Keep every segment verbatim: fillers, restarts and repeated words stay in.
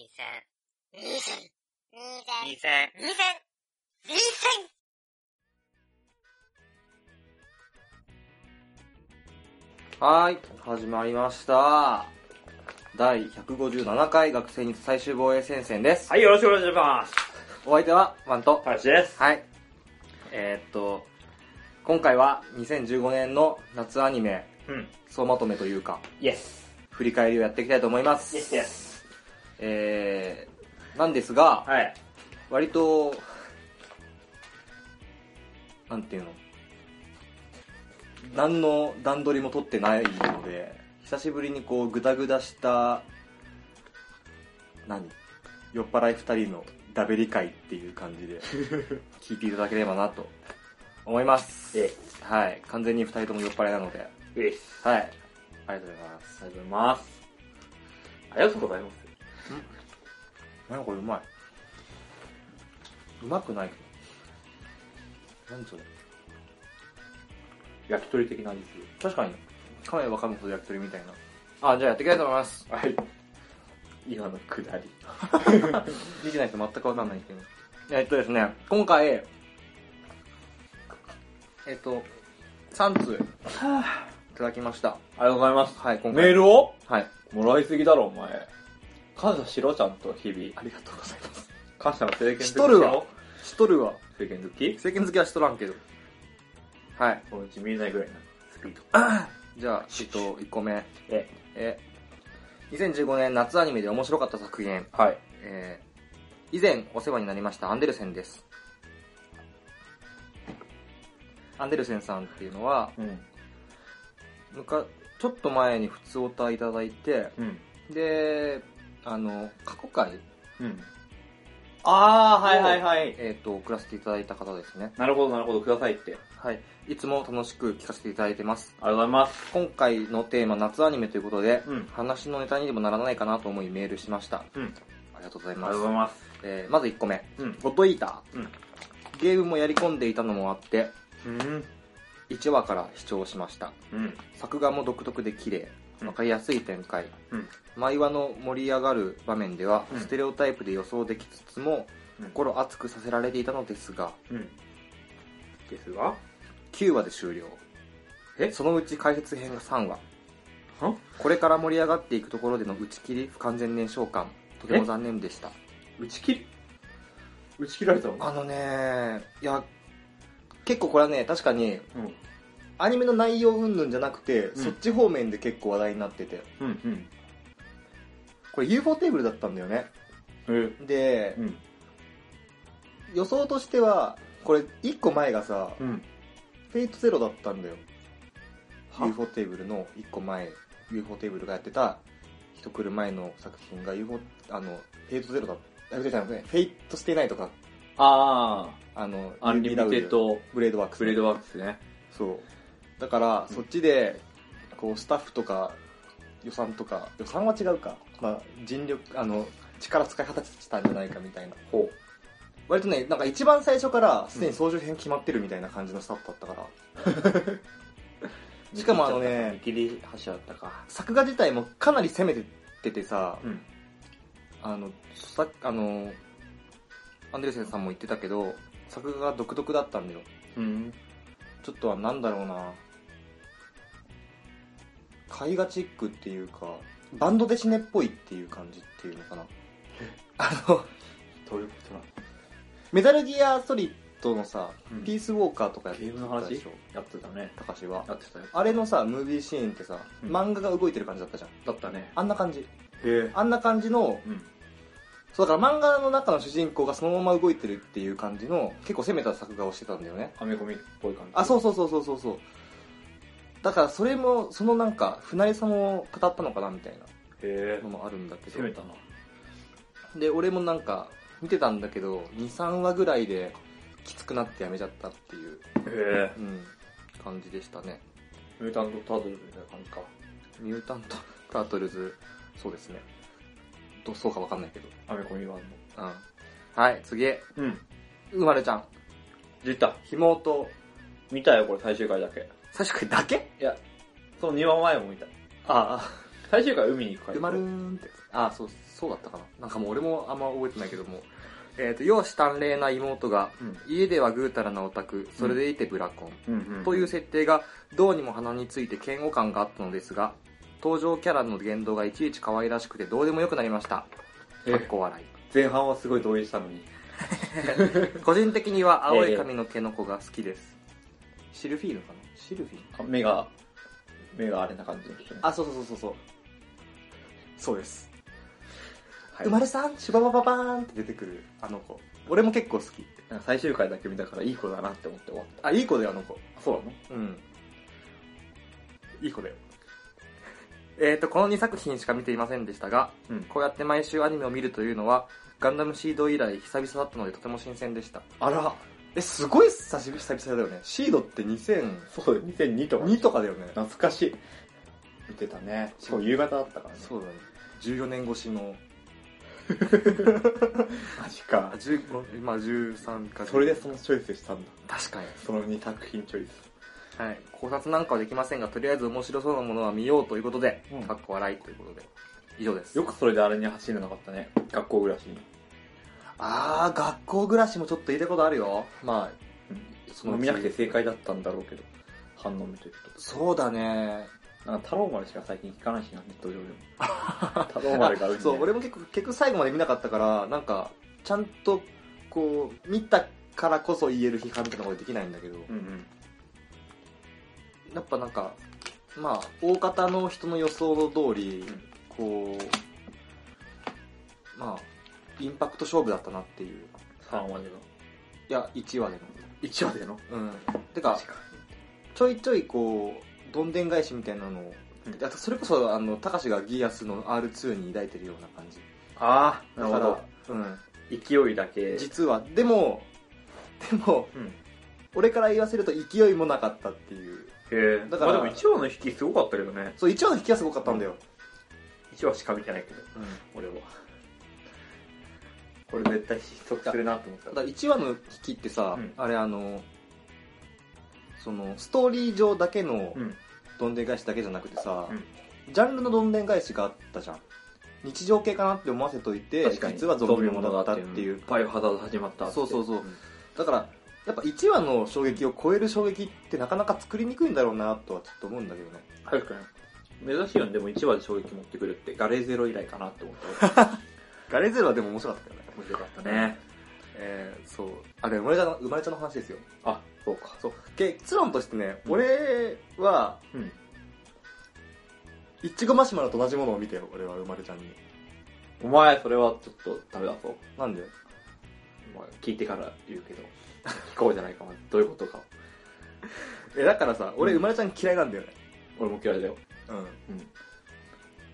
にせん、にせん、にせん、にせん、にせん、にせん。 はーい、始まりました。だいひゃくごじゅうななかい学生日最終防衛戦線です。 はい、よろしくお願いします。 お相手はワンと林です。 はい。えー、っと今回はにせんじゅうごねんの夏アニメ、うん、総まとめというか、 イエス。 振り返りをやっていきたいと思います。 イエスイエス。 えー、なんですが、 はい、 割となんていうの、何の段取りも取ってないので、久しぶりにこうグダグダした何酔っ払いふたりのダベリ会っていう感じで聞いていただければなと思います。 えはい、完全にふたりとも酔っ払いなので、 えはい、ありがとうございます。 ありがとうございます。ありがとうございます。 ん？なんかこれうまい。うまくないけど。何それ？ 焼き鳥的な味する。 確かに噛めば噛むほど焼き鳥みたいな。あ、じゃあやっていきたいと思います。 はい。今のくだり見てないと全くわかんないけど。えっとですね、今回えっとさんつういただきました。 ありがとうございます。 はい、今回メールをはいもらいすぎだろお前。感謝しろちゃんと日々。 ありがとうございます。 感謝の政権しとるわしとるわ政権好き政権好きはしとらんけど、はい、 このうち見えないぐらいなスピード。 じゃあちょっといっこめええにせんじゅうごねん夏アニメで面白かった作品、 はい、 えー、以前お世話になりましたアンデルセンです。アンデルセンさんっていうのは、うん、むかちょっと前に普通お歌いただいて、うん、であの過去回、うん、 ああはいはいはい、 えっと送らせていただいた方ですね。 なるほどなるほど、くださいって。 はい、いつも楽しく聞かせていただいてます。 ありがとうございます。 今回のテーマ夏アニメということで、うん、話のネタにでもならないかなと思いメールしました。うん、ありがとうございます。 ありがとうございます。 えー、まずいっこめ、うん、ゴッドイーター、うん、ゲームもやり込んでいたのもあって、うん、いちわから視聴しました。うん、作画も独特で綺麗、わかりやすい展開、うん、毎話の盛り上がる場面では、うん、ステレオタイプで予想できつつも、うん、心熱くさせられていたのですが、うん、 ですがきゅうわで終了。えそのうち解説編がさんわ。はこれから盛り上がっていくところでの打ち切り不完全燃焼感、とても残念でした。 打ち切り打ち切られたの？ あのね、いや結構これはね、確かに、うん、アニメの内容云々じゃなくて、うん、そっち方面で結構話題になってて、うんうん、これ ユーフォー テーブルだったんだよね。で、うん、予想としてはこれいっこまえがさ、うん、フェイトゼロだったんだよ。 ユーフォー テーブルのいっこまえ、 ユーフォー テーブルがやってた人来る前の作品が ユーフォー あのフェイトゼロだった。フェイトしてないとか、 あああのアンリミテッドブレードワークス、 ブレードワークスね。 そうだから、うん、そっちでこうスタッフとか予算とか、予算は違うか、まあ尽力あの力使い果たしたんじゃないかみたいな。ほう。割とね、なんか一番最初からすでに総集編決まってるみたいな感じのスタッフだったから、うん、しかもあのね、 切り端だったか。 作画自体もかなり攻めてっててさ、うん、あのさあのアンデルセンさんも言ってたけど、作画が独特だったんだよ。うん、ちょっとはなんだろうな、絵画チックっていうかバンドデシネっぽいっていう感じっていうのかな。あのどういうことなの？ メタルギアソリッドのさ、うん、ピースウォーカーとかやってたでしょ。ゲームの話やってたね、 高橋は。 やってたよ。 あれのさムービーシーンってさ、うん、漫画が動いてる感じだったじゃん。 だったね。 あんな感じ。 へえ。 あんな感じの、うん、そうだから漫画の中の主人公がそのまま動いてるっていう感じの結構攻めた作画をしてたんだよね。 アメコミっぽい感じ。 あ、そうそうそうそうそうそう。だからそれもそのなんか不慣れさも語ったのかなみたいなのもあるんだけど。 攻めたな。 で俺もなんか見てたんだけど にさんわぐらいできつくなってやめちゃったっていう、 へー、 うん、感じでしたね。 ミュータントタートルズみたいな感じか。 ミュータントタートルズ、そうですね。どそうかわかんないけど。 アメコミ版の。 うん。はい、次。うん。うまるちゃん。 出た。 ひもと。 見たよ、これ最終回だけ。 最終回だけ？ いや、そのにわまえも見た。 ああ。 最終回海に行くから。 うまるーんって。あ、そう、そうだったかな。なんかもう俺もあんま覚えてないけども。えっと、容姿端麗な妹が、うん、家ではぐうたらなオタク、それでいてブラコン、うん、という設定がどうにも鼻について嫌悪感があったのですが、登場キャラの言動がいちいち可愛らしくてどうでもよくなりました。かっこ笑い。 前半はすごい同意したのに。 個人的には青い髪の毛の子が好きです。えー、シルフィーヌかなシルフィーヌ目が、目があれな感じの人ね。 あ、そうそうそうそう。そうです。うまるさん、シュババババーンって出てくるあの子。俺も結構好き。 なんか最終回だけ見たからいい子だなって思って終わった。 あ、いい子だよ、あの子。 そうなの？ うん。いい子だよ。えーと、このにさく品しか見ていませんでしたが、うん、こうやって毎週アニメを見るというのは、ガンダムシード以来久々だったのでとても新鮮でした。 あら、 え、すごい久々だよね。シードってにせん、 そうだよ、にせんにとか。 にとかだよね。 懐かしい。見てたね。しかも夕方だったからね。 そうだね。じゅうよねん越しの。 マジか。 じゅうご、まあじゅうさんか。 それでそのチョイスしたんだ。 確かに。 そのに作品チョイス。 はい。考察なんかはできませんが、とりあえず面白そうなものは見ようということで、うん、かっこ笑いということで。以上です。 よくそれであれに走れなかったね。学校暮らしに。 あー、学校暮らしもちょっと入れたことあるよ。まあ、 うん、その見なくて正解だったんだろうけど、反応見てると。 そうだね。 なんか太郎丸しか最近聞かないしな、ネット上でも。太郎丸がうん、ね、 そう、俺も結構、結局最後まで見なかったから、なんか、ちゃんと、こう、見たからこそ言える批判みたいなことできないんだけど、うんうん、やっぱなんか、まあ、大方の人の予想の通り、うん、こう、まあ、インパクト勝負だったなっていう。 さんわでの。 いや、いちわでの。 いちわでのうん。てか、ちょいちょいこう、どんでん返しみたいなのを、うん、あとそれこそ、あの、高橋がギアスの アールツー に抱いてるような感じ。 ああ、なるほど。 うん。 勢いだけ。 実は、でも、でも、うん、俺から言わせると勢いもなかったっていう。 へえ。だから、まあ、でもいちわの引きすごかったけどね。 そう、いちわの引きはすごかったんだよ。 いちわしか見てないけど、うん、俺は。これ絶対失速するなと思った。 だからいちわの引きってさ、うん、あれあの、その、ストーリー上だけのどんでん返しだけじゃなくてさ、うん、ジャンルのどんでん返しがあったじゃん。日常系かなって思わせといて、実はゾンビものだったっていう。 バイオハザード始まったって。 そうそうそう。うん、だから、やっぱいちわの衝撃を超える衝撃ってなかなか作りにくいんだろうなとはちょっと思うんだけどね。 確かに。珍しいよね。でもいちわで衝撃持ってくるってガレーゼロ以来かなって思った。 ガレーゼロはでも面白かったよね。 面白かったね。 えー、そう。あれ、生まれちゃんの、生まれちゃんの話ですよ。 あ、そうか。 そう。結論としてね、うん、俺は、うん。いちごマシュマロと同じものを見てよ、俺は生まれちゃんに。 お前、それはちょっとダメだぞ。 なんで？ まあ、聞いてから言うけど。聞こうじゃないかな。どういうことか。 え、だからさ、俺生まれちゃん嫌いなんだよね。 俺も嫌いだよ。 うん。うん。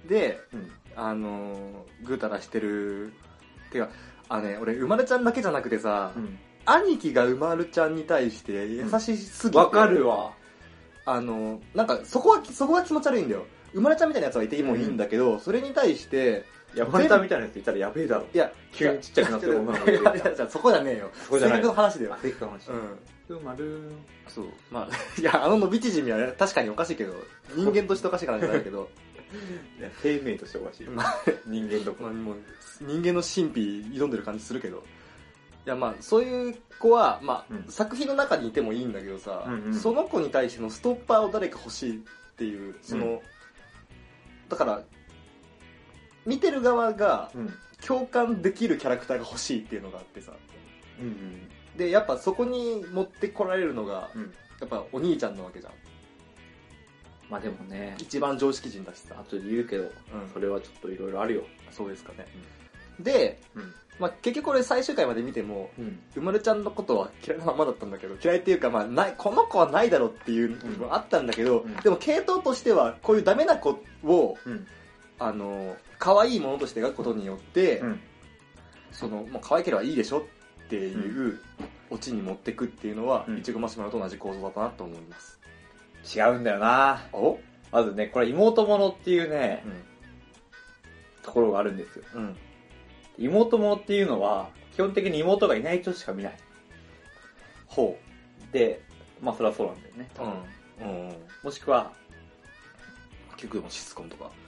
で、うん、あのー、ぐうたらしてる、てか、あのね、俺、生まれちゃんだけじゃなくてさ、うん、兄貴が生まれちゃんに対して優しすぎて。 わ、うん、かるわ。 あの、なんか、そこは、そこが気持ち悪いんだよ。生まれちゃんみたいなやつはいてもいいんだけど、うん、それに対して、 生まれたみたいなやついたらやべえだろ。 いや、 急にちっちゃくなってる女の子がいる。そこじゃねえよ。 そこじゃない。 性格の話だよ。 性格の話。 うん。 生まるー。 そう。まあ、いや、あの伸び縮みは確かにおかしいけど、人間としておかしいからじゃないけど、 いや、生命としておかしい。まあ、人間とか。 まあ、もう人間の神秘挑んでる感じするけど。いや、まあ、そういう子は、まあ、うん、作品の中にいてもいいんだけどさ、うんうん、その子に対してのストッパーを誰か欲しいっていう、その、うん、だから、見てる側が共感できるキャラクターが欲しいっていうのがあってさ。うんうん、で、やっぱそこに持ってこられるのが、うん、やっぱお兄ちゃんなわけじゃん。 まあでもね、 一番常識人だしさ。 後で言うけど、うん、それはちょっといろいろあるよ。 そうですかね。うん、で、うん、まあ結局俺最終回まで見ても、うん、生まれちゃんのことは嫌いなままだったんだけど、嫌いっていうかまあない、この子はないだろうっていうのもあったんだけど、うん、でも系統としてはこういうダメな子を、うん、あの、可愛いものとして描くことによって、うん、その、もう可愛ければいいでしょっていうオチに持ってくっていうのは、いちごマシュマロと同じ構造だったなと思います。 違うんだよな。 お？ まずね、これ妹ものっていうね、うん、ところがあるんですよ。うん、妹ものっていうのは、基本的に妹がいない人しか見ない。 ほう。で、まあそれはそうなんだよね。うん。うん、もしくは、 結局もシスコンとか。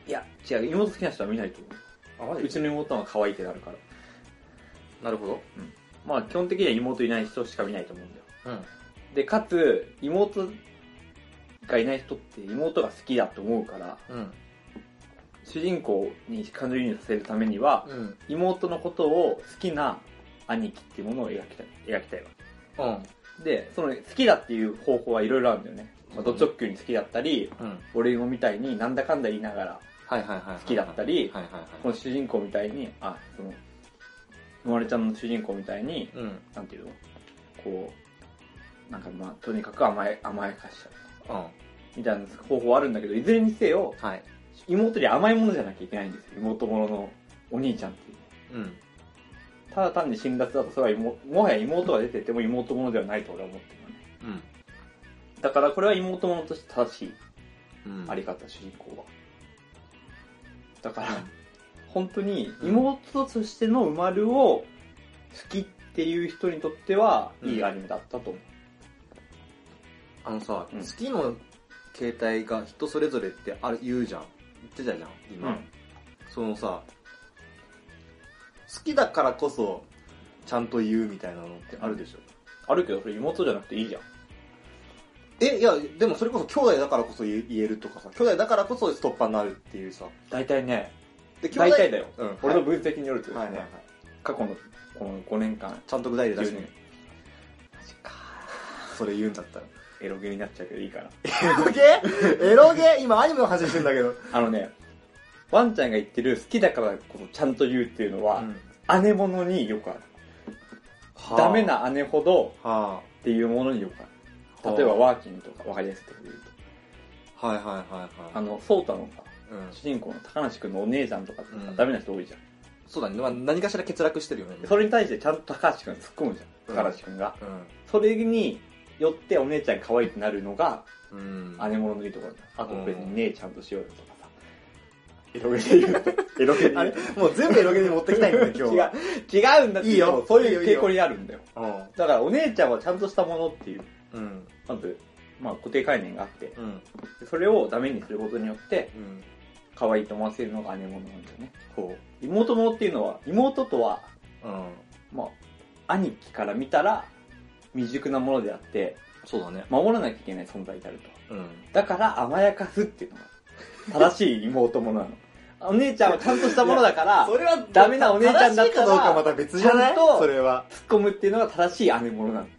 いや、違う、妹好きな人は見ないと思う。あ、マジ？うちの妹は可愛いってなるから。 なるほど。 うん。まあ、基本的には妹いない人しか見ないと思うんだよ。 うん。 で、かつ、妹がいない人って妹が好きだと思うから、うん。主人公に感情移入させるためには、うん、妹のことを好きな兄貴っていうものを描きたい、描きたいわけ。うん。で、その好きだっていう方法はいろいろあるんだよね。まあ、ド直球に好きだったり、うん、俺もみたいになんだかんだ言いながら好きだったり、この主人公みたいに、あ、その、生まれちゃんの主人公みたいに、うん、なんていうのこう、なんかまあ、とにかく甘え、甘やかしちゃう。うん。みたいな方法はあるんだけど、いずれにせよ、はい、妹に甘いものじゃなきゃいけないんですよ。妹もののお兄ちゃんっていう。うん。ただ単に辛辣だと、それはも、もはや妹が出てても妹ものではないと俺は思ってるのね。うん。だからこれは妹ものとして正しい、うん、あり方、主人公は。だから、うん、本当に妹としての馬るを好きっていう人にとっては、いいアニメだったと思う。 あのさ、うん、好きの形態が人それぞれってある言うじゃん。言ってたじゃん、今。うん、そのさ、好きだからこそ、ちゃんと言うみたいなのってあるでしょ。 あるけど、それ妹じゃなくていいじゃん。 え、いや、でもそれこそ兄弟だからこそ言えるとかさ、兄弟だからこそストッパーになるっていうさ。 大体ね、で大体だよ。うん、俺の分析によるとですね、はいはいはい、過去のこのごねんかん。 ちゃんと具体で出してね。マジか。それ言うんだったら。 エロゲになっちゃうけどいいかな。 エロゲエロゲ今アニメの話してんだけど。 あのね、ワンちゃんが言ってる好きだからこそちゃんと言うっていうのは、うん、姉物によくある。はあ、ダメな姉ほどっていうものによくある。はあ、例えばワーキンとかわかりやすいところで言うと。はいはいはいはい。 あの、ソータのさ、うん、主人公の高梨くんのお姉ちゃんとかってさ、うん、ダメな人多いじゃん。 そうだね。まあ、何かしら欠落してるよね。 それに対してちゃんと高橋くん突っ込むじゃん。高梨くんが。うんうん、それによってお姉ちゃん可愛いってなるのが、うん、姉物のいいところだ。あと別に姉ちゃんとしようよとかさ。エロゲで言うと。エロゲで言うと。あれもう全部エロゲに持ってきたいんだね、今日は。 違う。違うんだって。いいよ。そういう傾向にあるんだよ。うん、だからお姉ちゃんはちゃんとしたものっていう。うん、まず、まあ固定概念があって、うん、それをダメにすることによって、うん、可愛いと思わせるのが姉物なんだよね。ほう。妹物っていうのは、妹とは、うん、まあ、兄貴から見たら、未熟なものであって、 そうだね。 守らなきゃいけない存在であると。うん。だから甘やかすっていうのが、正しい妹物なの。お姉ちゃんはちゃんとしたものだから、それはダメなお姉ちゃんだったら、 正しいかどうかまた別じゃない？ ちゃんと、 それは。 突っ込むっていうのが正しい姉物なの。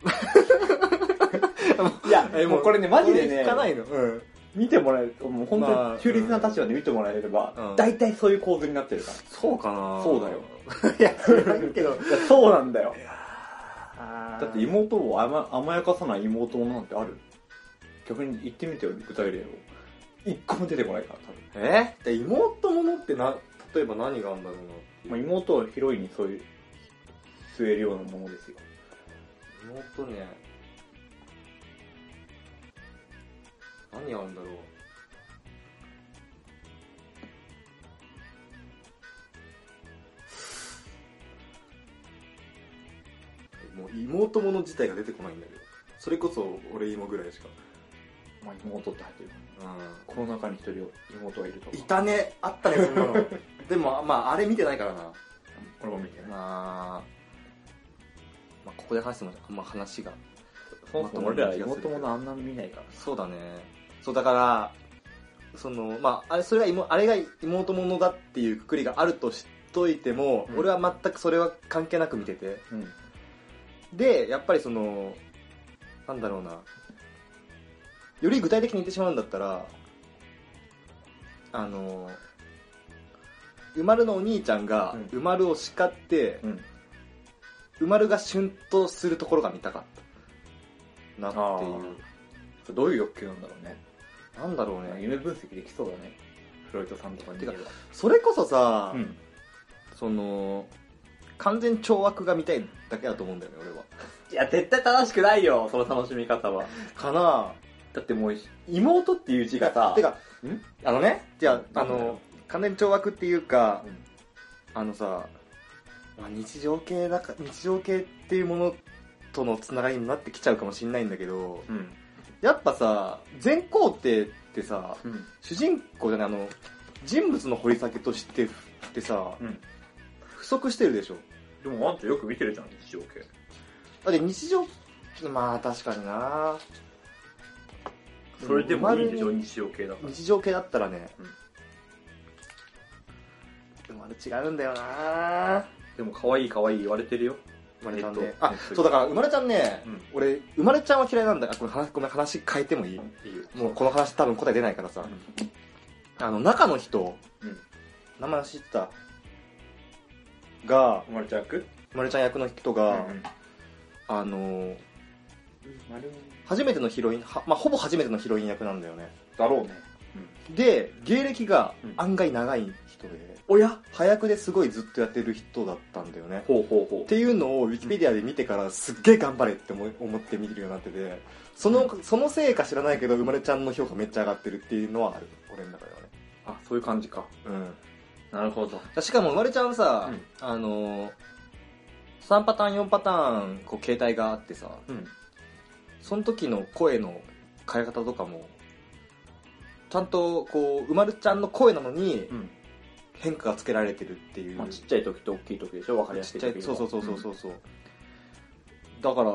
いや、もうこれね、マジでね、 聞かないの。うん。 見てもらえると、もう本当に中立な立場で見てもらえれば、まあ、大体そういう構図になってるから。 そうかな？ そうだよ。 いや、知らんけど。いや、 そうなんだよ。だって妹を甘、甘やかさない妹なんてある？逆に言ってみてよ、具体例を。一個も出てこないから、多分。えで妹ものってな、例えば何があるんだろうなっていう。 まあ、妹はヒロインにそういう、据えるようなものですよ。 妹ね、何あるんだろう。もう妹もの自体が出てこないんだけど、それこそ俺妹ぐらいしか。 まあ妹って入ってるからね。うん。この中に一人妹がいるとか。 いたね、あったね、そんなの。でも、まああれ見てないからな。 俺も見てない。 まあ、まあここで話してもあんま話が。 そもそも俺ら妹ものあんな見ないから。 そうだね。そうだから、その、まあ、あれ、それが妹、あれが妹ものだっていうくくりがあるとしといても、うん、俺は全くそれは関係なく見てて。うん、で、やっぱりその、なんだろうな。より具体的に言ってしまうんだったら、あの、うまるのお兄ちゃんが、うまるを叱って、うまるがシュンとするところが見たかった。なっていう。 どういう欲求なんだろうね。 なんだろうね。 夢分析できそうだね。フロイトさんとかに。てか、 それこそさ、うん、その、完全懲悪が見たいだけだと思うんだよね、俺は。 いや、絶対正しくないよ、その楽しみ方は。 かなぁ。 だってもう、妹っていう字がさ、 てか、んあのね、じゃあ、あの、完全懲悪っていうか、うん、あのさ、まあ、日常系だか、日常系っていうものとのつながりになってきちゃうかもしれないんだけど、うん、やっぱさ、全皇帝ってさ、うん、主人公じゃない、あの、 人物の掘り下げとしてってさ、うん、不足してるでしょ。 でもあんたよく見てるじゃん、日常系。 だって日常、まあ確かにな。 それでもいいでしょ、日常系だから。 日常系だったらね、うん、でもあれ違うんだよな。 でも可愛い可愛い言われてるよ。 生まれちゃんね。あ、そうだから生まれちゃんね、うん、俺生まれちゃんは嫌いなんだ。これ話ごめん話変えてもいい？いいよ。もうこの話多分答え出ないからさ。うん、あの中の人、うん、名前知ったが生まれちゃん役？ 生まれちゃん役の人が、うんうん、あの初めてのヒロイン、まあほぼ初めてのヒロイン役なんだよね。 だろうね。 うん、で芸歴が案外長い人で。うんおや早くですごいずっとやってる人だったんだよね。 ほうほうほうっていうのをウィキペディアで見てからすっげえ頑張れって思って見てるようになってて、その、うん、そのせいか知らないけど生まれちゃんの評価めっちゃ上がってるっていうのはある、俺の中ではね。 あ、そういう感じか。 うん。 なるほど。 しかも生まれちゃんさ、うん、あのさんパターンよんパターンこう携帯があってさ、うん、その時の声の変え方とかもちゃんとこう生まれちゃんの声なのに、うん変化がつけられてるっていう、 まあ、ちっちゃい時と大きい時でしょ、分かりやすい時。 そうそうそうそうそうそう、うん、だから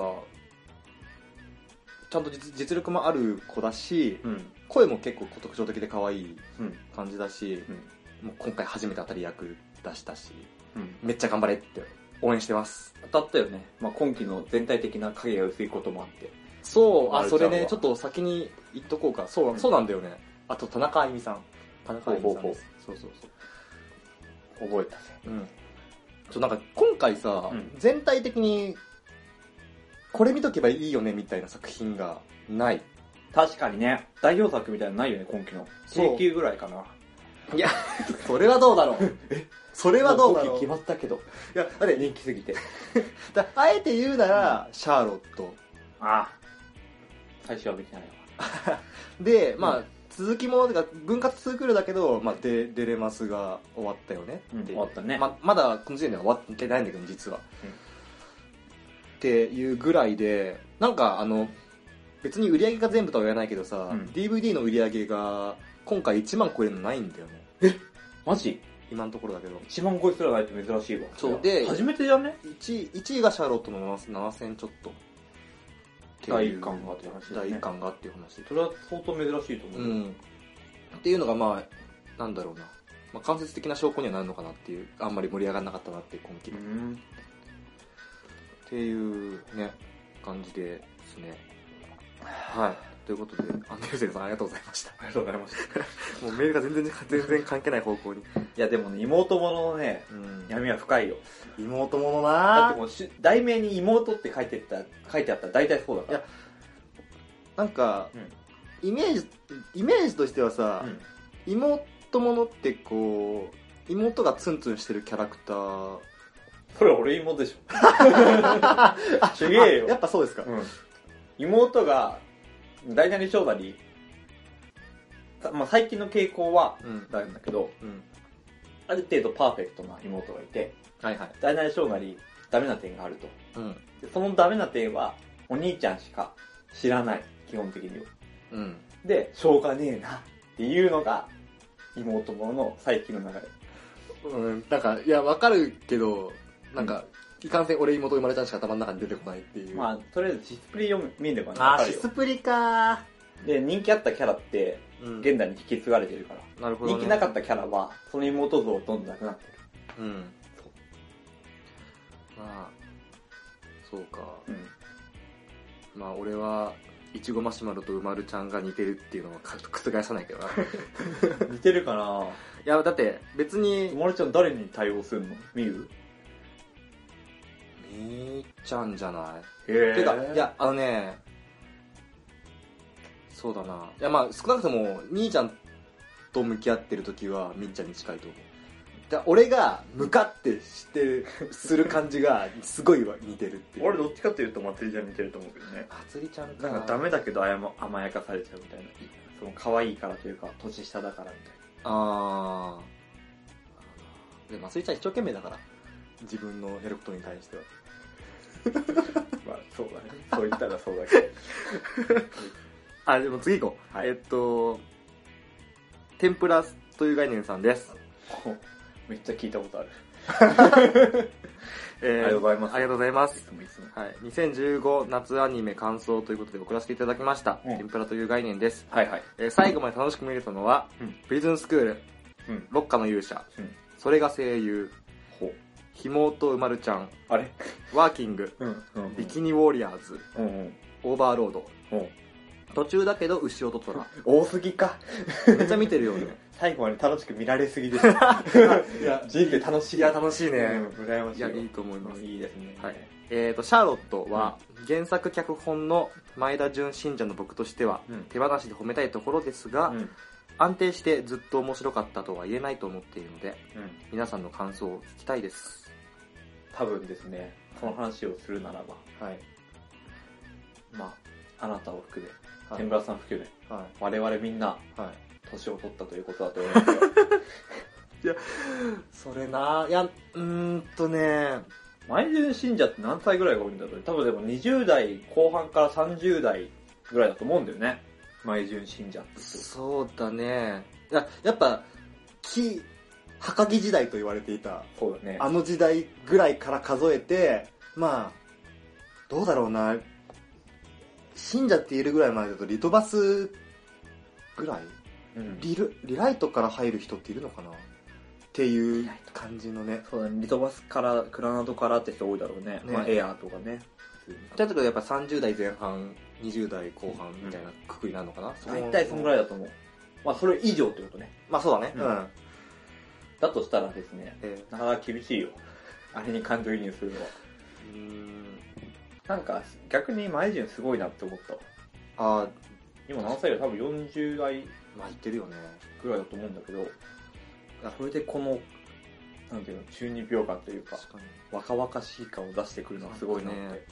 ちゃんと 実, 実力もある子だし、うん、声も結構特徴的で可愛い感じだし、うん、もう今回初めて当たり役出したし、うん、めっちゃ頑張れって応援してます。 当たったよね、まあ、今期の全体的な影が薄いこともあって。 そうあそれねちょっと先に言っとこうか。そう、うん、そうなんだよね。あと田中あゆみさん田中あゆみさんです。そうそうそう覚えたぜ。 うん。ちょなんか今回さ、うん、全体的にこれ見とけばいいよねみたいな作品がない。 確かにね。代表作みたいなのないよね今期の。請求ぐらいかな。 いやそれはどうだろう。えそれはどうだろう。 今期決まったけど。 いやあれ人気すぎて。 だあえて言うなら、うん、シャーロット。 ああ。最初は見てないわ。でまあ。うん続きものが分割ツークールだけど、まあ、デ, デレマスが終わったよねって、うん、 終わったね、 ま, まだこの時点では終わってないんだけど実は、うん、っていうぐらいでなんかあの別に売り上げが全部とは言わないけどさ、うん、ディーブイディー の売り上げが今回いちまん超えるのないんだよね。 えマジ今のところだけどいちまん超えすらないって珍しいわ。 そうで初めてじゃね。 1, いちいがシャーロットのななせんちょっと第一巻がっていう話、ね、 第一巻がっていう話。 それは相当珍しいと思う、うん、 っていうのがまあなんだろうな、まあ、間接的な証拠にはなるのかなっていう、あんまり盛り上がらなかったなっていう今期で、うん、っていうね感じですね。はいということでアンデルセンさんありがとうございました。 ありがとうございましたもうメールが全然全然関係ない方向に。いやでもね妹もののね、うん、闇は深いよ。 妹ものなだってもう題名に妹って書いてた書いてあったら大体そうだから。いやなんか、うん、イメージイメージとしてはさ、うん、妹ものってこう妹がツンツンしてるキャラクター。 それ俺妹でしょ。ちげえよ。 やっぱそうですか、うん、 妹が大なり小なり、まあ、最近の傾向はなんだけど、うんうん、ある程度パーフェクトな妹がいて、はいはい、大なり小なりダメな点があると、うん、でそのダメな点はお兄ちゃんしか知らない基本的には、うん、でしょうがねえなっていうのが妹ものの最近の流れ。 うん、なんかいやわかるけどなんか、うん、いかんせん俺妹生まれたんしか頭の中に出てこないっていう。 まあとりあえずシスプリを見ればね。 ああシスプリかー。で人気あったキャラって現代に引き継がれてるから、うん、なるほどね、人気なかったキャラはその妹像どんどんなくなってる。うん。そうまあそうか。うん。まあ俺はいちごマシュマロとうまるちゃんが似てるっていうのは覆さないけどな。 似てるかな。 いやだって別にうまるちゃん誰に対応するの？みゆ？ みーちゃんじゃない？ へー。 てかいやあのねそうだな。いやまあ少なくとも兄ちゃんと向き合ってる時はみっちゃんに近いと思う。だ俺が向かってしてする感じがすごい似てるっていう。 俺どっちかっていうとまつりちゃん似てると思うけどね。 まつりちゃんかなんかダメだけど甘やかされちゃうみたいな。その可愛いからというか年下だからみたいな。あーでまつりちゃん一生懸命だから自分のやることに対しては。 まあそうだね。そう言ったらそうだけど。 あでも次行こう。はい、えっと天ぷらという概念さんです。 めっちゃ聞いたことある。 えー、 ありがとうございます。 ありがとうございます。 いつもいつも。 はい。にせんじゅうご夏アニメ感想ということで送らせていただきました。 うん、 天ぷらという概念です。 はいはい。 えー、最後まで楽しく見れたのは、うん、プリズンスクール、うん、六花の勇者、うん、それが声優、ほう、ひもとうまるちゃん、 あれワーキング、 うんうんうん、 ビキニウォリアーズ、 うんうん、 オーバーロード、 うん、 途中だけど牛音虎多すぎか。 めっちゃ見てるよね。 最後まで楽しく見られすぎです。いや人生楽しい。 いや楽しいね、 うん、羨ましい。 いやいいと思います。 いいですね。 はい。えーとシャーロットは、うん、原作脚本の前田純信者の僕としては、うん、手放しで褒めたいところですが、うん、安定してずっと面白かったとは言えないと思っているので、うん、皆さんの感想を聞きたいです。 多分ですね、この話をするならば、はい、まああなたを含め、はい、天ぷらさん含め、はい、我々みんな、はい、年を取ったということだと思いますよ。 いや、それな、いや、うーんとね、 前純信者って何歳ぐらいが多いんだろう。多分でもにじゅう代後半からさんじゅう代ぐらいだと思うんだよね。前純信者って。 そうだね。いや、やっぱ、き、墓木時代と言われていた。 そうだね。 あの時代ぐらいから数えて、まあ、どうだろうな。信者って言えるぐらい前だとリトバスぐらい、うん、リル、リライトから入る人っているのかなっていう感じのね。 そうだね。リトバスから、クラナドからって人多いだろうね。ね、まあエアーとかね。 だけどやっぱさんじゅう代前半、にじゅう代後半みたいなくくりなのかな、 大体そのぐらいだと思う。まあそれ以上ってことね。 まあそうだね。うん。うん、 だとしたらですね、えー、なかなか厳しいよ。あれに感情移入するのは。うーん。なんか逆に前順すごいなって思った。ああ。今何歳よ？多分よんじゅう代。 まあ言ってるよね。 ぐらいだと思うんだけど、それでこの、なんていうの、中二病感というか、か若々しい感を出してくるのはすごいなって。ね、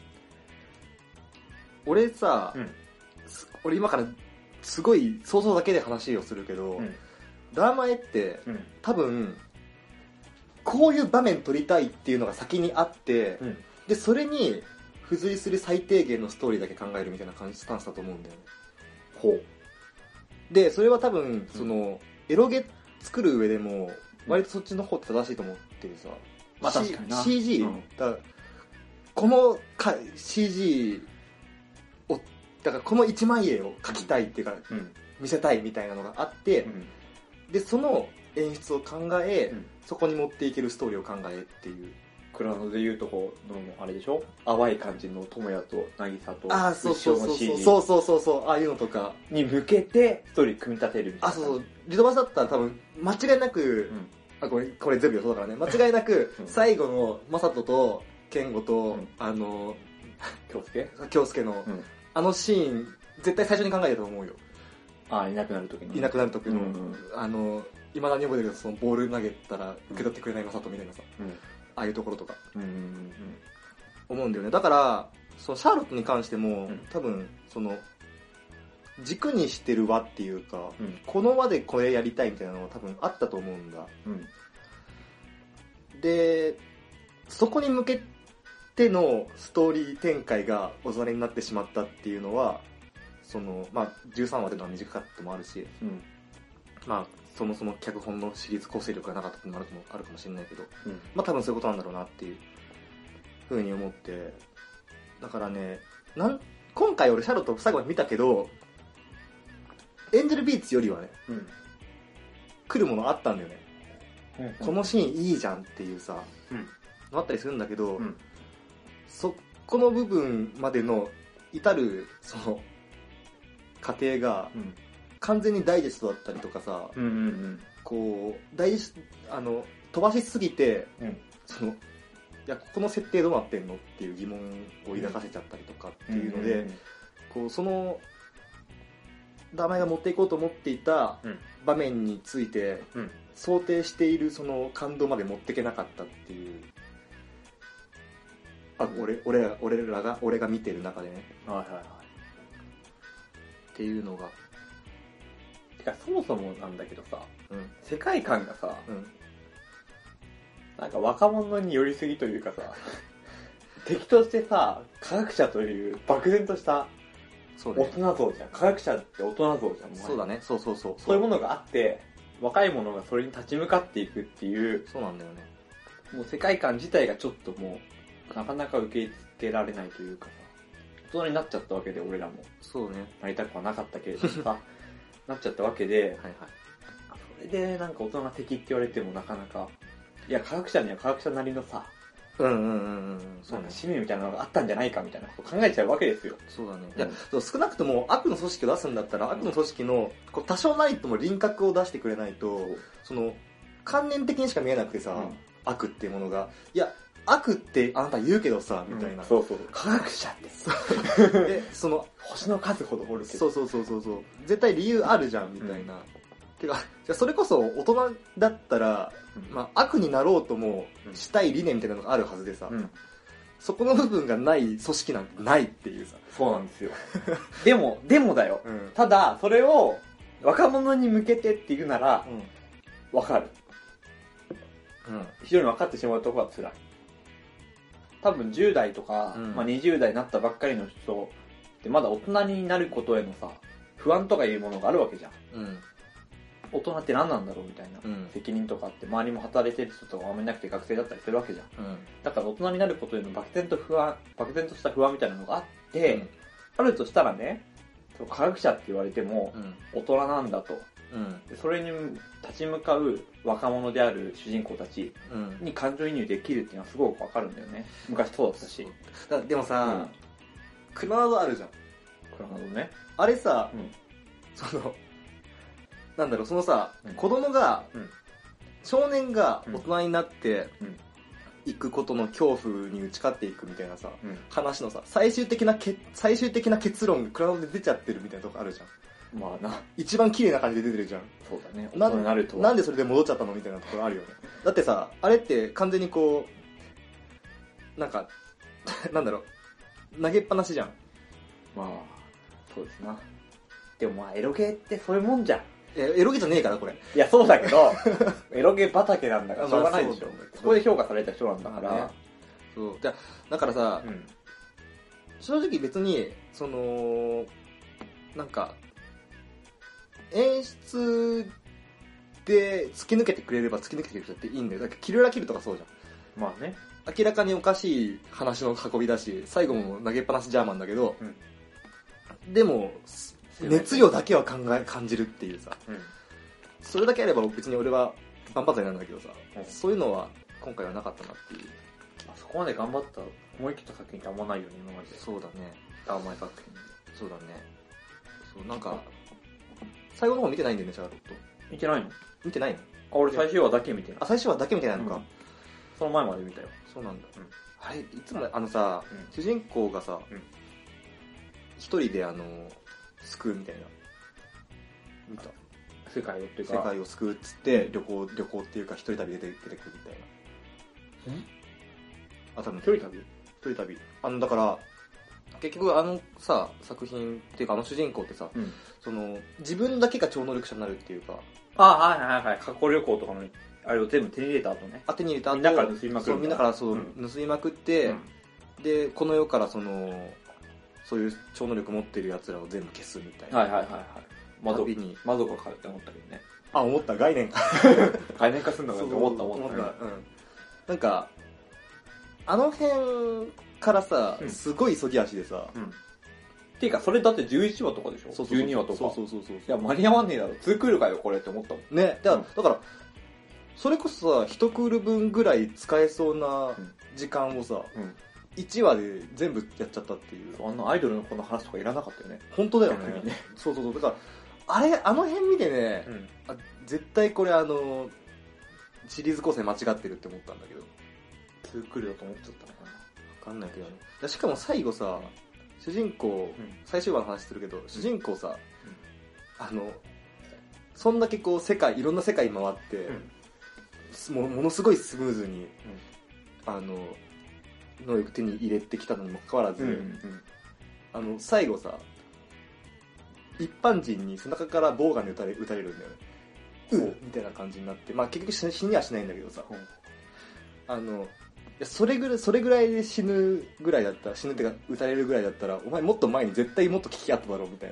俺さ、うん、俺今からすごい想像だけで話をするけど、うん、ダーマエって、うん、多分こういう場面撮りたいっていうのが先にあって、うん、でそれに付随する最低限のストーリーだけ考えるみたいな感じスタンスだと思うんだよね。ほう。でそれは多分その、うん、エロゲ作る上でも割とそっちの方って正しいと思ってるさ。 まあ確かにな。 シージー、うん、だこのか シージー をだからこの一枚絵を描きたいっていうか、うん、見せたいみたいなのがあって、うん、でその演出を考え、うん、そこに持っていけるストーリーを考えっていう。 クラノでいうとこのあれでしょ、淡い感じの友也と渚とあそうそうそうそうそうそうそうああいうのとかに向けてストーリー組み立てるみたいな。 あそうそうリトバスだったら多分間違いなく、うん、あこれこれ全部予想だからね、間違いなく最後のマサトとケンゴと、うん、あの京介京介の、うん、あのシーン絶対最初に考えてたと思うよ。 あいなくなる時のいなくなる時の、うんうん、あの未だに覚えてるけどそのボール投げたら受け取ってくれないマサトみたいなさ、うん、ああいうところとか、うんうんうん、思うんだよね。だからそのシャーロットに関しても、うん、多分その軸にしてる輪っていうか、うん、この輪でこれやりたいみたいなのが多分あったと思うんだ、うん、でそこに向けてのストーリー展開がおざれになってしまったっていうのはその、まあ、じゅうさんわでのは短かったってもあるし、うん、まあそもそも脚本のシリーズ構成力がなかったってのもあるかも、あるかもしれないけど、うん、まあ多分そういうことなんだろうなっていうふうに思って、だからねなん今回俺シャーロット最後に見たけどエンジェルビーツよりはね、うん、来るものあったんだよね、うんうん、このシーンいいじゃんっていうさ、うん、あったりするんだけど、うん、そこの部分までの至るその過程が、うん完全にダイジェストだったりとかさ、うんうんうん、こうダイジェストあの飛ばしすぎて、うん、そのいやこの設定どうなってんのっていう疑問を抱かせちゃったりとかっていうので、うんうんうん、こうそのダメが持っていこうと思っていた場面について、うん、想定しているその感動まで持っていけなかったっていう。あ、うん、俺俺ら俺らが俺が見てる中でね。はいはいはい。っていうのが。 そもそもなんだけどさ、うん、世界観がさ、うん、なんか若者に寄りすぎというかさ敵としてさ科学者という漠然とした大人像じゃん、ね、科学者って大人像じゃん。 そうだね、そうそうそうそういうものがあって若い者がそれに立ち向かっていくっていう、 そうなんだよね。 もう世界観自体がちょっともう、なかなか受け付けられないというかさ、大人になっちゃったわけで、俺らも。 そうね。 なりたくはなかったけれどもさ、なっちゃったわけで、はいはい。それでなんか大人が敵って言われてもなかなか、いや、科学者には科学者なりのさ、 うんうんうんうん。 そうなんか使命みたいなのがあったんじゃないかみたいなことを考えちゃうわけですよ。 そうだね。いや、うん、少なくとも悪の組織を出すんだったら、悪の組織のこう多少なりとも輪郭を出してくれないと、その、観念的にしか見えなくてさ、うん、悪っていうものが、いや、悪ってあなた言うけどさ、みたいな。うん、 そうそう。科学者って。で、その、星の数ほどおるけど。そうそうそうそう。絶対理由あるじゃん、みたいな。うん、てか、じゃそれこそ大人だったら、うん、まあ悪になろうともしたい理念みたいなのがあるはずでさ、うん、そこの部分がない組織なんてないっていうさ。 そうなんですよ。でも、でもだよ。うん、ただ、それを若者に向けてって言うなら、わ、うん、かる。うん。非常に分かってしまうところは辛い。多分じゅう代とか、うん、まあ、にじゅう代になったばっかりの人ってまだ大人になることへのさ、不安とかいうものがあるわけじゃん。うん、大人って何なんだろうみたいな、うん、責任とかあって周りも働いてる人とかあんまりなくて学生だったりするわけじゃん。うん、だから大人になることへの漠然と不安、漠然とした不安みたいなのがあって、うん、あるとしたらね、科学者って言われても大人なんだと。うん、それに立ち向かう若者である主人公たちに感情移入できるっていうのはすごくわかるんだよね。昔そうだったし。 だでもさ、うん、クロナドあるじゃん。クロナドね。 あれさ、うん、その、なんだろう、そのさ、うん、子供が、うん、少年が大人になっていくことの恐怖に打ち勝っていくみたいなさ、うん、話のさ、最終的なけ、最終的な結論がクロナドで出ちゃってるみたいなとこあるじゃん。 まあな。 一番綺麗な感じで出てるじゃん。 そうだね。 大人になるとな。なんでそれで戻っちゃったのみたいなところあるよね。だってさ、あれって完全にこう、なんか、なんだろう、投げっぱなしじゃん。 まあ、そうですな。でもまあ、エロゲーってそういうもんじゃん。 え、エロゲじゃねえから、これ。 いや、そうだけど、エロゲ畑なんだからしょうがないでしょ。まあ、そ, そこで評価された人なんだから。ね、 そう。じゃだからさ、うん、正直別に、その、なんか、演出で突き抜けてくれれば突き抜けてくれるっていいんだよ。だからキルラキルとかそうじゃん。 まあね。 明らかにおかしい話の運びだし、最後も投げっぱなしジャーマンだけど、うん、でも、熱量だけは考え、感じるっていうさ、うん、それだけあれば別に俺は万発になるんだけどさ、うん、そういうのは今回はなかったなっていう。 あそこまで頑張った、思い切った作品ってあんまないよね、今まで。 そうだね。 あんまり作品。 そうだね。そう、なんか、最後の方見てないんだよね、シャーロット。 見てないの？ 見てないの？あ、 俺最終話だけ見てない。 あ、最終話だけ見てないのか。うん、 その前まで見たよ。 そうなんだ。うん、あれ、いつも、あのさ、うん、主人公がさ、一、うん、人であの、救うみたいな。見た？ 世界をっていうか。 世界を救うっつって、旅行、旅行っていうか一人旅で出てくるみたいな。ん？あ、多分。 一人旅？ 一人旅。あの、だから、結局あのさ、作品っていうかあの主人公ってさ、うん、その、自分だけが超能力者になるっていうか。 ああ、はいはいはい。過去旅行とかの、あれを全部手に入れた後ね。 あ、手に入れた後。 みんなから盗みまくる。 そう、みんなからそう、うん、盗みまくって、うん、で、この世からその、そういう超能力持ってる奴らを全部消すみたいな。 はいはいはいはい。窓に。窓が変えって思ったけどね。 あ、思った。概念か。 概念化するのかって思った思った。 思った。うん。なんか、あの辺からさ、うん、すごい急ぎ足でさ、うんていうか、それだってじゅういちわとかでしょ？そうそうそうじゅうにわとか。 そうそうそうそう。いや、間に合わねえだろ。ツークールかよ、これって思ったもん。 ね。だから、うん、だから、それこそさ、いちクール分ぐらい使えそうな時間をさ、うん、いちわで全部やっちゃったっていう。 あのアイドルの子の話とかいらなかったよね。 本当だよね。ねそうそうそう。だから、あれ、あの辺見てね、うん、あ絶対これあの、シリーズ構成間違ってるって思ったんだけど。 ツークールだと思っちゃったのかな。 わかんないけどね。しかも最後さ、主人公、うん、最終話の話するけど、主人公さ、うん、あの、そんだけこう世界、いろんな世界回って、うん、も, ものすごいスムーズに、あの、能力手に入れてきたのにもかかわらず、うんうん、あの、最後さ、一般人に背中からボウガンで撃たれ、撃たれるんだよね。うっみたいな感じになって、まあ結局死にはしないんだけどさ、あの、いやそれぐらい、それぐらいで死ぬぐらいだったら、死ぬってか撃たれるぐらいだったら、お前もっと前に絶対もっと危機あっただろうみたいな。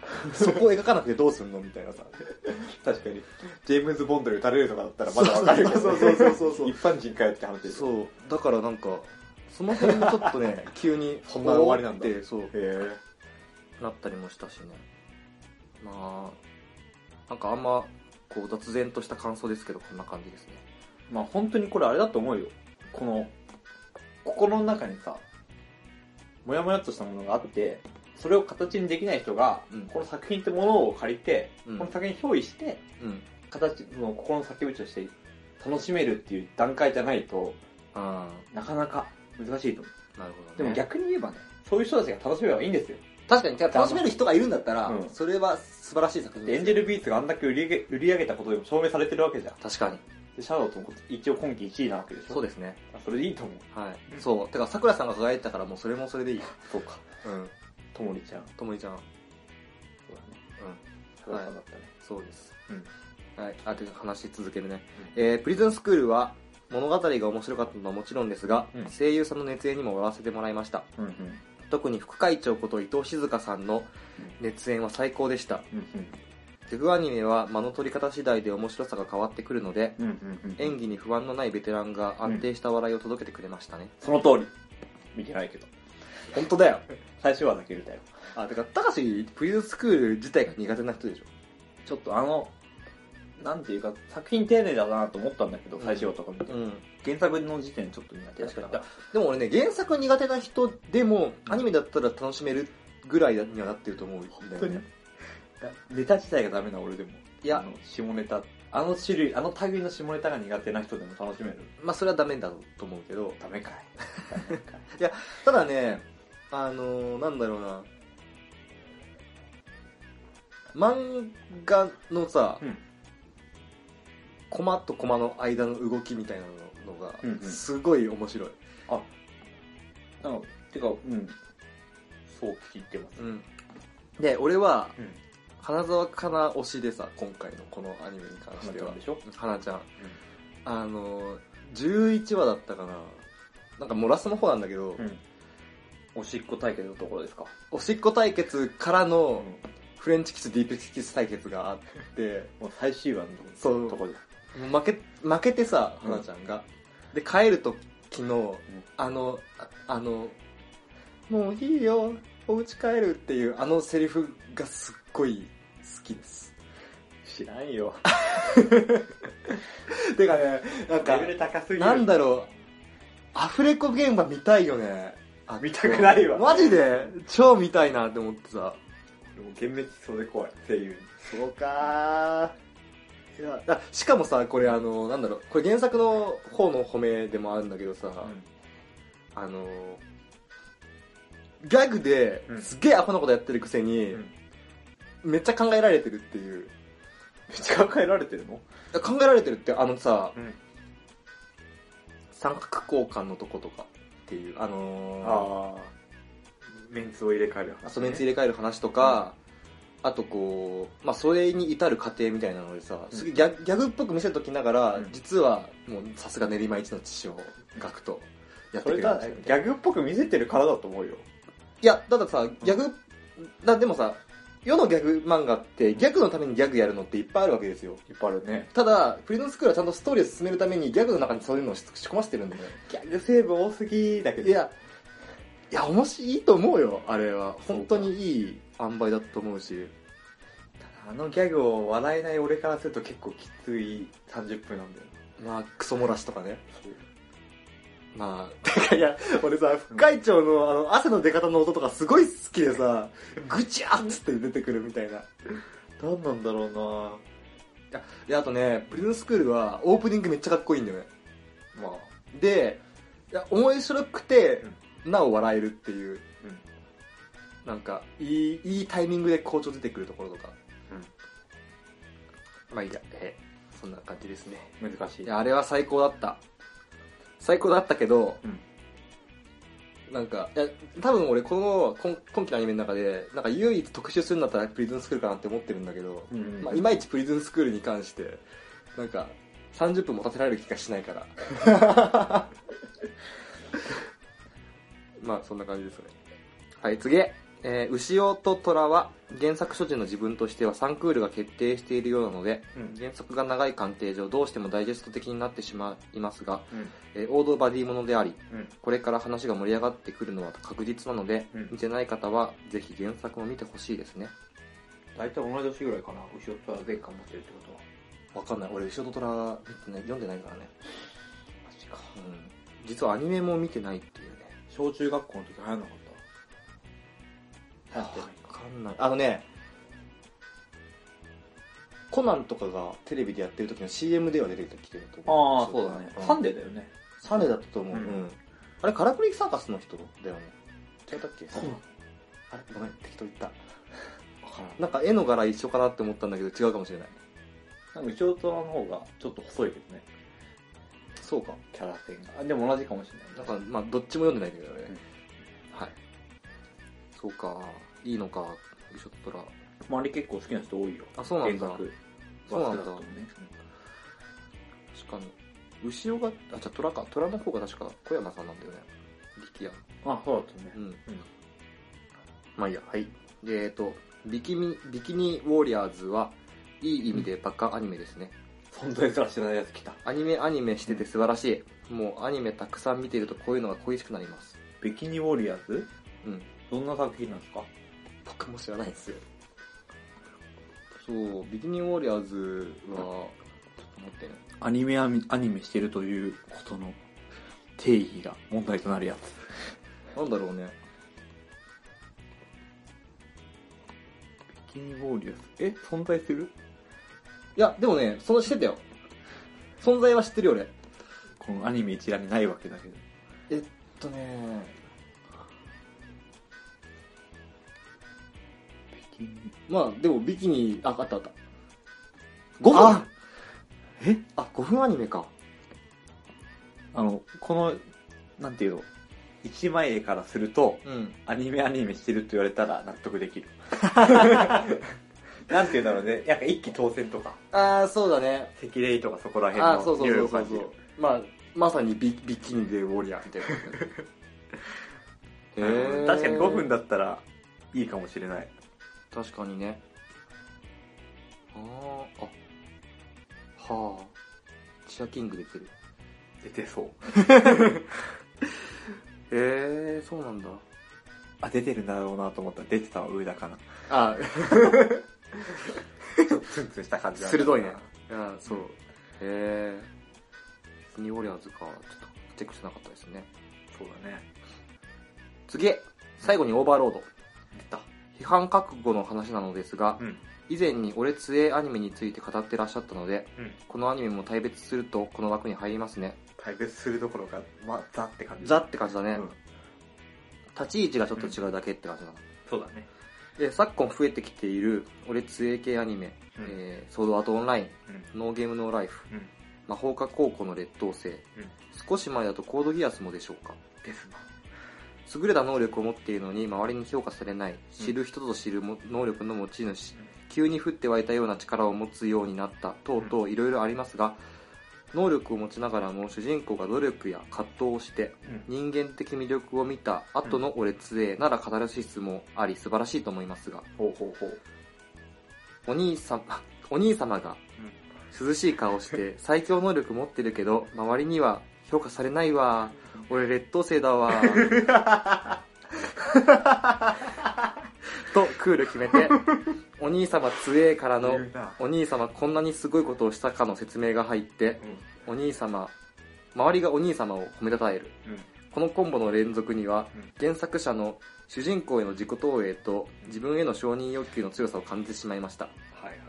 そこを描かなくてどうすんのみたいなさ。 確かに。ジェームズ・ボンドで撃たれるとかだったらまだわかるけど、 そうそうそうそうそう。 一般人かよって話です。 そう。だからなんか、その辺もちょっとね、急に、 そんな終わりなんだ。 そう。 へえ。 なったりもしたしね。まあ、なんかあんま、こう、雑然とした感想ですけど、こんな感じですね。 まあ本当にこれあれだと思うよ。この、心の中にさ、もやもやっとしたものがあって、それを形にできない人が、うん、この作品ってものを借りて、うん、この作品に憑依して、うん、形の心の叫びとして楽しめるっていう段階じゃないと、あなかなか難しいと思う。 なるほどね。 でも逆に言えばね、そういう人たちが楽しめばいいんですよ。 確かに、楽しめる人がいるんだったら、うん、それは素晴らしい作品ですよ。 エンジェルビーツがあんだけ売り上げ、売り上げたことでも証明されてるわけじゃん。 確かに。 で、シャドウとも一応今季いちいなわけでしょ。 そうですね。 それでいいと思う。 はい。そう。てか、桜さんが輝いてたからもうそれもそれでいい。 そうか。うん。ともりちゃん。 ともりちゃん。 そうだね。うん。桜さんだったね。 そうです。 うん。 はい。あ、という話し続けるね。うん、えー、プリズンスクールは物語が面白かったのはもちろんですが、うん、声優さんの熱演にも笑わせてもらいました。うんうん、特に副会長こと伊藤静香さんの熱演は最高でした。うんうん、ギャグアニメは間の取り方次第で面白さが変わってくるので、うんうんうん、演技に不安のないベテランが安定した笑いを届けてくれましたね。 その通り。見てないけど。 本当だよ。 最初話だけ見たよ。 あ、てか、高橋、プリズンスクール自体が苦手な人でしょ。 ちょっとあの、なんていうか、作品丁寧だなと思ったんだけど、最初とか見て。うん、原作の時点ちょっと苦手だったから。 でも俺ね、原作苦手な人でも、アニメだったら楽しめるぐらいにはなってると思うんだよね。 本当にネタ自体がダメな俺でも。 いや、 あの下ネタ。あの種類、あの類の下ネタが苦手な人でも楽しめる。 まあそれはダメだと思うけど。 ダメかい。 いや、ただね、あのー、なんだろうな。漫画のさ、うん、コマとコマの間の動きみたいなのが、すごい面白い。 うんうん、あ、なんか、てか、うん。そう聞いてます。うん。 で、俺は、うん、花澤香菜推しでさ、今回のこのアニメに関しては。 花ちゃんでしょ？ 花ちゃん。うん、あの、じゅういちわだったかな。なんかもうラストの方なんだけど、うん、 おしっこ対決のところですか？ おしっこ対決からの、フレンチキス、ディープキス対決があって、 もう最終話のところで。 負け、負けてさ、花ちゃんが。うん、で、帰るときの、うん、あの、あ、あの、もういいよ、お家帰るっていうあのセリフがすっごい好きです。 知らんよ。 てかね、なんか、 レベル高すぎる。 なんだろう、アフレコ現場見たいよね。 あ、見たくないわ。 マジで超見たいなって思ってさ。 でも幻滅しそうで怖い、声優に。 そうかー。いや、あ、しかもさ、これあの、なんだろう、これ原作の方の褒めでもあるんだけどさ、うん、あの、ギャグですげえアホなことやってるくせに、うん、めっちゃ考えられてるっていう。 めっちゃ考えられてるの？ 考えられてるって、あのさ、うん、三角交換のとことかっていう、あのー、 あメンツを入れ替える話、ね、 そう、メンツ入れ替える話とか、うん、あとこう、まあそれに至る過程みたいなのでさ、すげえギャ、ギャグっぽく見せときながら、うん、実はもうさすが練馬一の父を学とやってくれるんですよ。 ギャグっぽく見せてるからだと思うよ。 いや、だってさ、ギャグ、だでもさ、世のギャグ漫画ってギャグのためにギャグやるのっていっぱいあるわけですよ。 いっぱいあるね。 ただ、プリズンスクールはちゃんとストーリーを進めるためにギャグの中にそういうのを仕込ませてるんだよね。 ギャグ成分多すぎだけど。 いや、いや、面白い、いいと思うよ、あれは。本当にいい塩梅だと思うし。 あのギャグを笑えない俺からすると結構きついさんじゅっぷんなんだよ。 まあ、クソ漏らしとかね。まあ、てかいや、俺さ、副会長のあの汗の出方の音とかすごい好きでさ、ぐちゃーっつって出てくるみたいな。 何なんだろうな。 いや、で、あとね、プリズンスクールはオープニングめっちゃかっこいいんだよね。 まあ。 で、いや、面白くて、うん、なお笑えるっていう、うん、なんか、いい、いいタイミングで好調出てくるところとか。うん、まあいいや、えー、そんな感じですね。 難しい。 いや、あれは最高だった。最高だったけど、うん、なんか、いや、多分俺この 今, 今期のアニメの中で、なんか唯一特集するんだったらプリズンスクールかなって思ってるんだけど、うんうん、まあ、いまいちプリズンスクールに関して、なんか、さんじゅっぷん持たせられる気がしないから。まあ、そんな感じですね。はい、次。ええー、牛尾と虎は原作所持の自分としてはさんクールが決定しているようなので、うん、原作が長い関係上どうしてもダイジェスト的になってしまいますが、うん、えー、王道バディものであり、うん、これから話が盛り上がってくるのは確実なので、うん、見てない方はぜひ原作も見てほしいですね。 大体同い年ぐらいかな、牛尾と虎前巻持ってるってことは。わかんない、俺牛尾と虎見てない、読んでないからね。マジか。うん、実はアニメも見てないっていうね。 小中学校の時流行んなかった？ わかんない。あのね、コナンとかがテレビでやってる時の シーエム では出てきてると思う。ああ、そうだね。サンデーだよね。 サンデーだったと思う。うん。うん、あれ、カラクリサーカスの人だよね。違ったっけ？そう。あれ、ごめん、適当言った。なんか絵の柄一緒かなって思ったんだけど違うかもしれない。 なんか牛尾虎の方がちょっと細いけどね。 そうか。 キャラ線が。あ、でも同じかもしれない。 なんか、まあ、どっちも読んでないんだけどね。うん、はい。そうか。いいのか、牛尾と虎。 周り結構好きな人多いよ。 あ、そうなんだ。そうなんだ。確かに。牛尾が、あ、じゃあ虎か。虎の方が確か小山さんなんだよね。力也。 あ、そうだったね。うん。うん、 まあいいや、はい。で、えっと、ビキニ、ビキニウォリアーズはいい意味でバカアニメですね。 存在すら知らないやつ来た。 アニメアニメしてて素晴らしい。うん、もうアニメたくさん見てるとこういうのが恋しくなります。 ビキニウォリアーズ？うん。どんな作品なんですか？ 僕も知らないんですよ。そう、ビキニウォリアーズは、ちょっと待ってね。 アニメアニメしてるということの定義が問題となるやつ。 なんだろうね。 ビキニウォリアーズ、え、存在する？ いや、でもね、その知ってたよ。存在は知ってるよ、俺。 このアニメ一覧にないわけだけど。 えっとねビキニ。まあ、でもビキニ、あ、あったあった。ごふん？あえあ、ごふんアニメか。 あの、この、なんていうの、一枚絵からすると、うん、アニメアニメしてると言われたら納得できる。なんていうんだろうね。なんか一気当選とか。 ああ、そうだね。 赤霊とかそこら辺の。 ああ、そうそうそうそうそう。まあ、まさにビビキニでウォリアーみたいな。 へえ。確かにごふんだったらいいかもしれない。 確かにね。ああ、あ、はあ。チアキング出てる。 出てそう。 へえ、そうなんだ。 あ、出てるんだろうなと思ったら出てたわ、上田かな。 ああ。 ちょっとツンツンした感じだ。 鋭いね。ああ、そう。へえ。ビキニウォリアーズか。ちょっとチェックしてなかったですね。 そうだね。 次、最後にオーバーロード。出た。批判覚悟の話なのですが、うん、以前に俺つえアニメについて語ってらっしゃったので、うん、このアニメも大別するとこの枠に入りますね。 大別するどころか、まあ、ザって感じ。 ザって感じだね。うん、立ち位置がちょっと違うだけって感じだな。うん、 そうだね。 で、昨今増えてきている俺つえ系アニメ、うん、えー、ソードアートオンライン、うん、ノーゲームノーライフ、うん、魔法科高校の劣等生、うん、少し前だとコードギアスもでしょうか。 ですな。 優れた能力を持っているのに周りに評価されない、知る人ぞ知る能力の持ち主、うん、急に降って湧いたような力を持つようになった等々いろいろありますが、能力を持ちながらも主人公が努力や葛藤をして人間的魅力を見た後の俺つえならカタルシスもあり素晴らしいと思いますが、 ほうほうほう。 お兄さん、お兄様が涼しい顔して最強能力持ってるけど周りには評価されないわ、俺劣等生だわとクール決めて、お兄様つえからのお兄様こんなにすごいことをしたかの説明が入って、うん、お兄様周りがお兄様を褒めたたえる、うん、このコンボの連続には、うん、原作者の主人公への自己投影と自分への承認欲求の強さを感じてしまいました。 はいはいはい。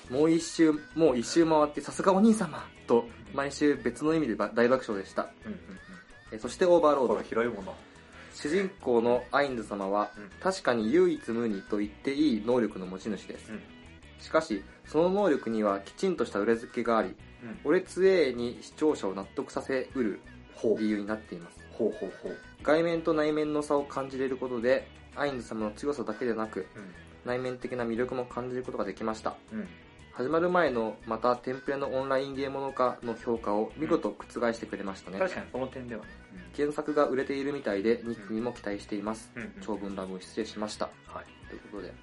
もう一周もう一周回ってさすがお兄様と毎週別の意味で大爆笑でした。うんうんうん、えそしてオーバーロード。 広いもの。 主人公のアインズ様は、うん、確かに唯一無二と言っていい能力の持ち主です、うん、しかしその能力にはきちんとした裏付けがあり、うん、俺つえに視聴者を納得させうる理由になっています。 ほうほうほう。 外面と内面の差を感じれることでアインズ様の強さだけでなく、うん、内面的な魅力も感じることができました、うん、始まる前のまたテンプレのオンラインゲームの化の評価を見事覆してくれましたね、 うん、確かにその点ではね、う原作が売れているみたいでにきにも期待しています、 うんうん、 長文ラブ失礼しました、はい、ということで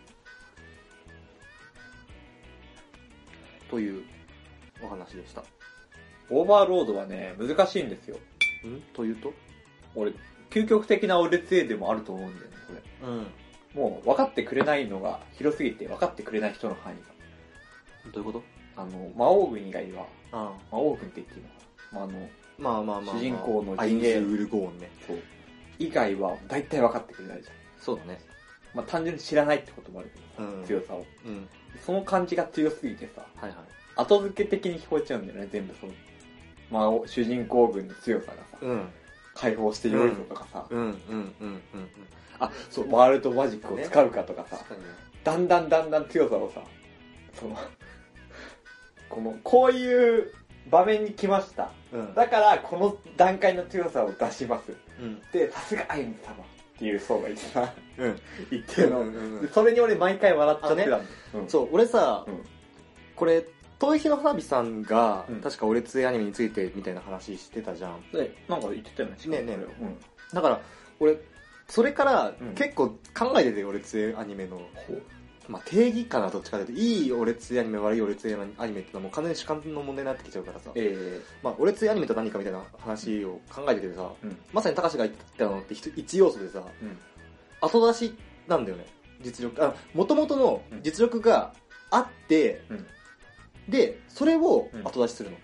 というお話でした。 オーバーロードはね難しいんですよ。 んというと俺究極的な俺杖でもあると思うんだよねこれ、うん、もう分かってくれないのが広すぎて分かってくれない人の範囲が。 どういうこと？ あの魔王軍以外は、 ああ魔王軍って言っていいのかな、まあ、あのまあまあまあ、まあ、 主人公の陣営ウルゴーンね、 そう以外は大体分かってくれないじゃん。 そうだね。まあ単純に知らないってこともあるけど、うん、強さを、うん、その感じが強すぎてさ、はいはい、後付け的に聞こえちゃうんだよね全部その、まあ、主人公軍の強さがさ、うん、解放してよいぞとかさ、うんうんうんうんうん、あそうワールドマジックを使うかとかさ、ね、だんだんだんだん強さをさそのこのこういう場面に来ました、うん、だからこの段階の強さを出します、うん、でさすがアイム様っていう層がいてさ、うん、言ってるの、うんうんうん、それに俺毎回笑っちゃってたんだ、ねうん、そう俺さ、うん、これ遠い日の花火さんが、うん、確か俺杖アニメについてみたいな話してたじゃん。 でなんか言ってたよね。 ねえねえ、うん、だから俺それから結構考えてて、俺杖アニメの、まあ、定義かなどっちかというといい俺杖アニメ悪い俺杖アニメってのはもう完全に主観の問題になってきちゃうからさ、えーまあ、俺杖アニメと何かみたいな話を考えててさ、うん、まさに高橋が言ってたのって一要素でさ、うん、後出しなんだよね実力。あ元々の実力があって、うんでそれを後出しするの、うん、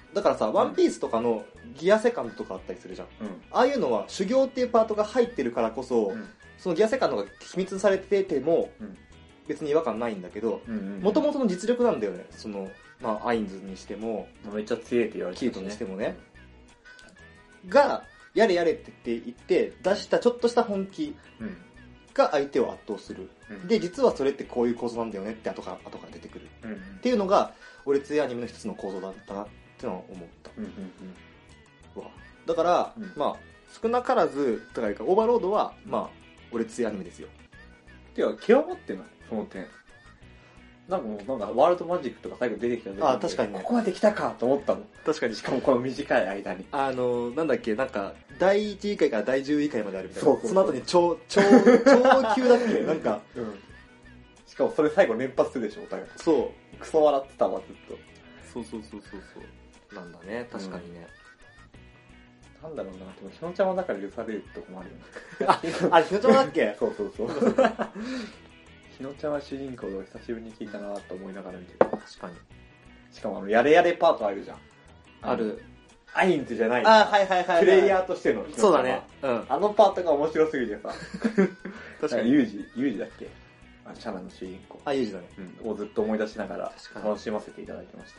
だからさ、うん、ワンピースとかのギアセカンドとかあったりするじゃん、うん、ああいうのは修行っていうパートが入ってるからこそ、うん、そのギアセカンドが秘密されてても、うん、別に違和感ないんだけど元々の実力なんだよね。その、まあ、アインズにしてもめっちゃ強いって言われてる、ね、キートにしてもね、うん、がやれやれって言って出したちょっとした本気、うんが相手を圧倒する、うん、で実はそれってこういう構造なんだよねって後から後から出てくる、うんうん、っていうのが俺杖アニメの一つの構造だったなってのは思った、うんうんうん、わだから、うん、まあ少なからずとかいうかオーバーロードは、うん、まあ俺杖アニメですよ。 てか極まってないその点。なんかもうなんかワールドマジックとか最後出てきた時にあ確かに、ね、 ここまで来たかと思ったの。 確かに。 しかもこの短い間にあのなんだっけなんかだいいちいかいからだいじゅういかいまであるみたいな。そうそうそう、その後に超超超級だっけなんか、うん、 しかもそれ最後連発するでしょお互い。そうクソ笑ってたわずっと。 そうそうそうそうそうなんだね確かにね、 うん、なんだろうなでもひのちゃまだから許されるとこもあるよねああひのちゃまだっけそうそうそうひのちゃんは主人公を久しぶりに聞いたなと思いながら見てる。 確かに。 しかもあのやれやれパートあるじゃん。 ある。 アインズじゃない。 あはいはいはい、はい。 プレイヤーとしての。 そうだね。うん。 あのパートが面白すぎてさ。 確かに。 ユージ、ユージだっけ？あシャナの主人公。 あユージだね。 うん。をずっと思い出しながら楽しませていただいてました。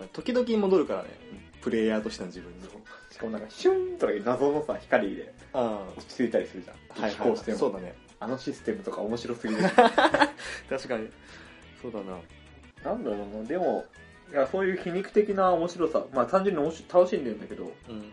時々戻るからね。プレイヤーとしての自分に。 しかもなんかシュンとかいう謎のさ光で落ち着いたりするじゃん。はいはい、はい。しても。 そうだね。 あのシステムとか面白すぎる確かにそうだな。なんだろうなでもいやそういう皮肉的な面白さまあ単純に楽しんでるんだけど、うん、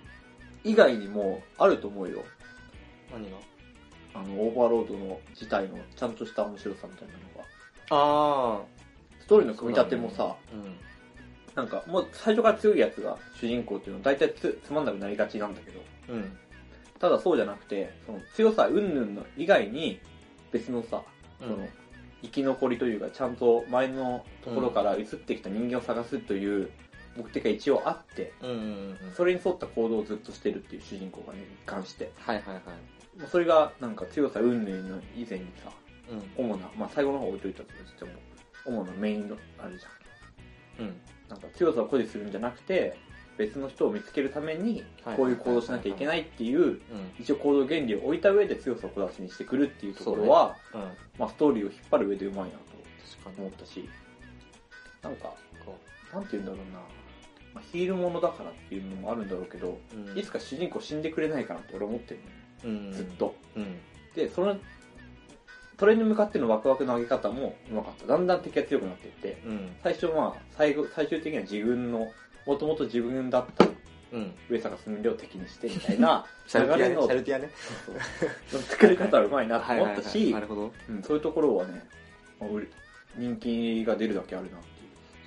以外にもあると思うよ。 何が？ あのオーバーロードの自体のちゃんとした面白さみたいなのがああストーリーの組み立てもさ、ねうん、なんかもう最初から強いやつが主人公っていうのは大体 つ, つまんなくなりがちなんだけど、うんただそうじゃなくて、その強さ云々の以外に別のさ、うん、その生き残りというかちゃんと前のところから移ってきた人間を探すという目的が一応あって、うんうんうん、それに沿った行動をずっとしてるっていう主人公がね、一貫して。はいはいはい。それがなんか強さ云々の以前にさ、うん、主な、まあ最後の方置いといたとしても、主なメインのあるじゃん。うん。なんか強さを誇示するんじゃなくて、別の人を見つけるためにこういう行動しなきゃいけないっていう一応行動原理を置いた上で強さを小出しにしてくるっていうところは、ねうんまあ、ストーリーを引っ張る上でうまいなと思ったしなんかなんて言うんだろうな、まあ、ヒールものだからっていうのもあるんだろうけど、うん、いつか主人公死んでくれないかなって俺思ってるの、ねうん、ずっと、うん、でそのそれに向かってのワクワクの上げ方もうまかった。だんだん敵が強くなっていって、うん、最初まあ最後最終的には自分のもともと自分だった上坂すみれを敵にしてみたいな流れのシャルティアね作り方はうまいなと思ったしなるほど、 うん、そういうところはね人気が出るだけあるなっていう。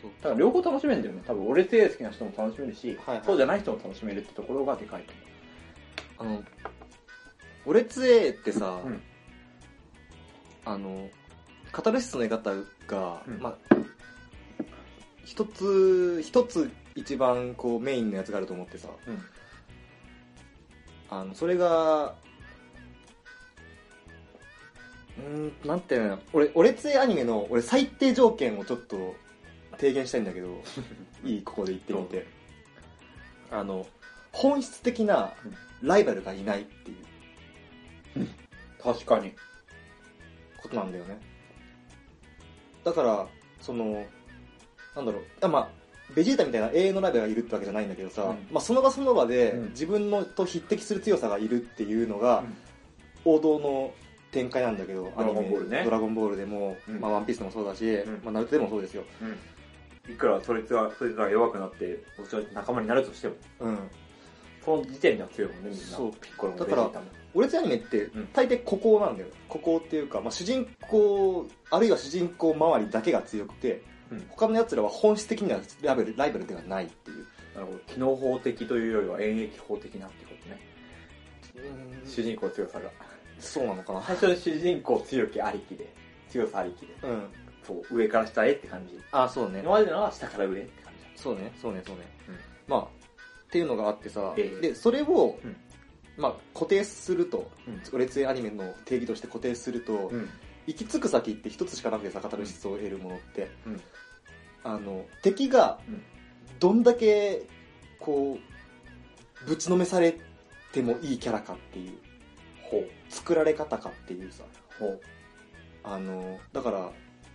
そうだから両方楽しめるんだよね。多分俺つえ好きな人も楽しめるし、はいはい、そうじゃない人も楽しめるってところがでかいと思う。あの俺つえってさ、うん、あのカタルシスの絵方が、うん、まあ一つ一つ一番こうメインのやつがあると思ってさ、うん、あのそれがうんなんていうの、俺俺つえアニメの俺最低条件をちょっと提言したいんだけどいいここで言ってみて、うん、あの本質的なライバルがいないっていう、 うん、確かにことなんだよね。だからそのなんだろう、まあベジータみたいな永遠のライバルがいるってわけじゃないんだけどさ、うん、まあその場その場で自分のと匹敵する強さがいるっていうのが王道の展開なんだけど、 ドラゴンボールね。 ドラゴンボールでも、うん、まあワンピースでもそうだし、うん、まあナルトでもそうですよ。 うん、いくらそいつがそいつが弱くなって仲間になるとしても、うん、その時点では強いもんねみんな。そう。 ピッコロもベジータも。だから俺つアニメって大抵孤高なんだよ。孤高っていうか、まあ主人公あるいは主人公周りだけが強くて、うん、他の奴らは本質的にはライバルライバルではないっていう。 なるほど。機能法的というよりは演劇法的なってことね。うん、主人公強さが。 そうなのかな。 最初の主人公強気ありきで、強さありきで、うん、そう上から下へって感じ。 あ、そうね。 今までのは下から上って感じ。 そうね、そうね、そうね。うん、まあっていうのがあってさ、えー、でそれを、うん、まあ固定すると、うん、俺つえアニメの定義として固定すると、うん、行き着く先って一つしかなくてさ、カタルシスを得るものって、うん、あの敵がどんだけこうぶちのめされてもいいキャラかっていう。作られ方かっていうさ、ほうあのだから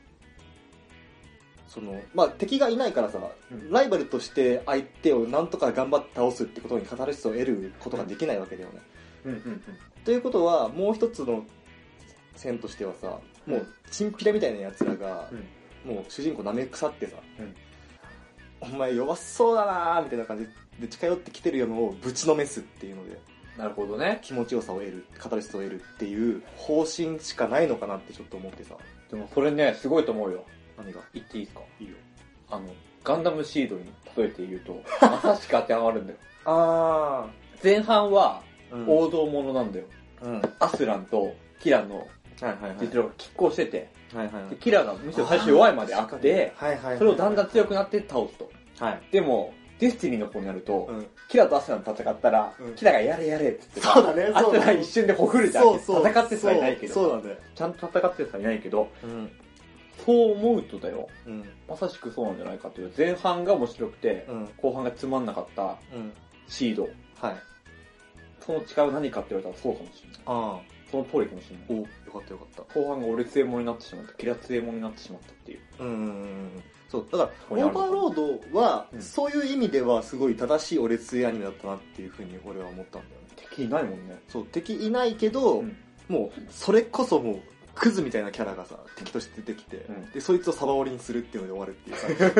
そのまあ敵がいないからさ、うん、ライバルとして相手をなんとか頑張って倒すってことにカタルシスを得ることができないわけだよね。うんうんうん、ということはもう一つの線としてはさ、うん、もうチンピラみたいなやつらが、うん、もう主人公舐め腐ってさ、うん、お前弱そうだなーみたいな感じで近寄ってきてるのをぶちのめすっていうので。 なるほどね。 気持ちよさを得る、カタルシスを得るっていう方針しかないのかなってちょっと思ってさ。 でもそれね、すごいと思うよ。 何が？ 言っていいですか？ いいよ。 あの、ガンダムシードに例えて言うと、まさしく当てはまるんだよ。あー。前半は王道ものなんだよ。うん。アスランとキラの実力が拮抗してて、はいはいはい、でキラがむしろ最初弱いまであって、はいはいはい、それをだんだん強くなって倒すと。はい。でも、デスティニーの方になると、うん、キラとアスランと戦ったら、うん、キラがやれやれって言ってさ、 そうだね、 アスラン一瞬でほふるじゃん。そうそう戦ってすらいないけど、 そうだね、 ちゃんと戦ってすらいないけど、うん、そう思うとだよ、うん、まさしくそうなんじゃないかという。前半が面白くて、うん、後半がつまんなかったシード、うん、はい。その違いは何かって言われたらそうかもしれない。ああ、その通りかもしれない。 お、よかったよかった。 後半が俺強者になってしまった、キラ強者になってしまったっていう。 うんうんうん。そうだからオーバーロードは、うん、そういう意味ではすごい正しい俺つえアニメだったなっていうふうに俺は思ったんだよね。 敵いないもんね。 そう、敵いないけど、うん、もうそれこそもうクズみたいなキャラがさ敵として出てきて、うん、でそいつをサバ折りにするっていうので終わるって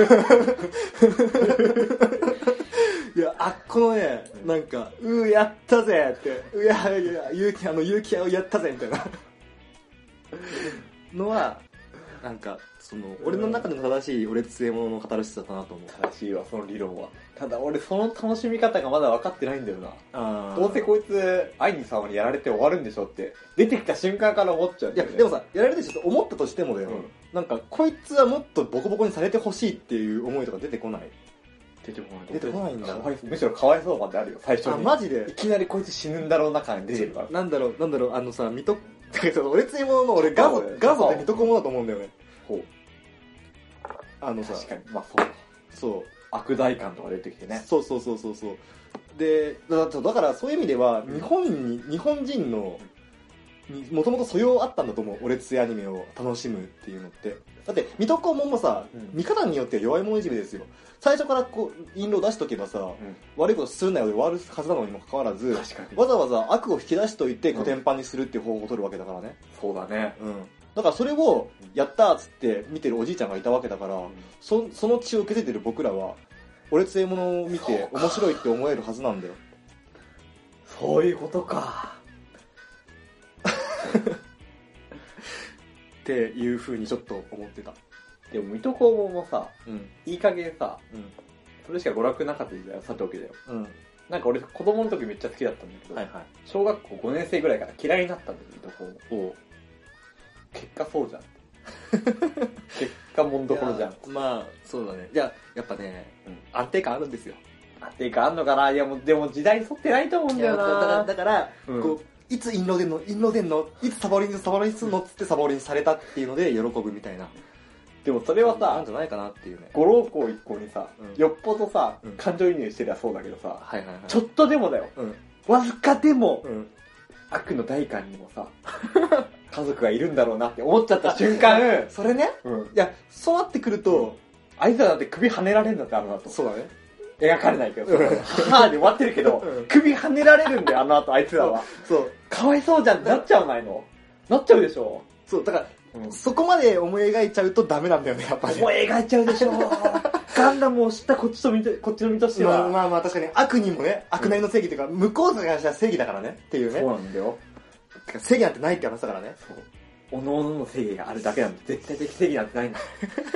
いうさいや、あっこのね、なんかうーやったぜってうやいや勇気あの勇気合をやったぜみたいなのはなんかその俺の中での正しい俺つえもののカタルシスだったなと思う。 正しいわ、その理論は。ただ俺その楽しみ方がまだ分かってないんだよな。あ、どうせこいつアイニ様にやられて終わるんでしょって出てきた瞬間から思っちゃうんだよね。 いやでもさ、やられてちょっと思ったとしてもだよ、うん、なんかこいつはもっとボコボコにされてほしいっていう思いとか出てこない。 出てこない。 出てこないんだ。 むしろかわいそうまであるよ、最初に。 あ、マジでいきなりこいつ死ぬんだろうな感出てるから。 なんだろう、なんだろう、あのさ、水戸、俺つえものの俺ガゾ、ガゾって水戸黄門だと思うんだよね。ほう。あのさ、 確かに、まあそう。 そう。 悪大感とか出てきてね。 そうそうそうそうそう。で、だだからそういう意味では、日本に、日本人の、もともと素養あったんだと思う。俺つえアニメを楽しむっていうのって。だって、水戸黄門もさ、うん、見方によっては弱い者いじめですよ。最初からこう、印籠出しとけばさ、うん、悪いことするなよで終わるはずなのにもかかわらず、わざわざ悪を引き出しといて、コテンパンにするっていう方法を取るわけだからね。 そうだね。 うん。だからそれをやったーっつって見てるおじいちゃんがいたわけだから、うん、そ, その血を受け継いでる僕らは俺つえものを見て面白いって思えるはずなんだよ。 そういうことかっていう風にちょっと思ってた。 でも、水戸黄門もさ、 うん。 いい加減さ、 うん。 それしか娯楽なかった時代はさておきだよ。 うん。 なんか俺、子供の時めっちゃ好きだったんだけど、 はいはい。 小学校ごねん生ぐらいから嫌いになったんだよ、水戸黄門。 おう。 結果そうじゃん。結果もんどころじゃん。 まあ、そうだね。いや、やっぱね、うん、安定感あるんですよ。 安定感あんのかな。いやもう、でも時代に沿ってないと思うんだよな。 だから、だから、 うん、 こう、いつ印籠出んの印籠出んのいつサボりにサボりにすんのっつってサボりにされたっていうので喜ぶみたいな。 でもそれはさ、 なんじゃないかなっていうね。 五郎校一行にさ、うん、よっぽどさ、 うん、 感情移入してりゃそうだけどさ、 はいはいはい、 ちょっとでもだよ。 うん、 わずかでも、 うん、 悪の代官にもさ、家族がいるんだろうなって思っちゃった瞬間、 それね、うん、いや、そうなってくると、うん、 あいつらだって首跳ねられるんだってあの後。 そうだね。 描かれないけど、はぁで終わってるけど、うん、首跳ねられるんだよ、あの後あいつらは。 そう。そうかわいそうじゃんってなっちゃわないの？なっちゃうでしょ？ そう、だから、うん、そこまで思い描いちゃうとダメなんだよね、やっぱり。 思い描いちゃうでしょガンダムを知ったこっちと見て、こっちの身としては。 まあまあまあ確かに悪にもね、悪なりの正義というか、向こうからしたら正義だからね、っていうね。 そうなんだよ。 正義なんてないって話だからね。 そう。おのおのの正義があるだけなんで、絶対的正義なんてないんだ。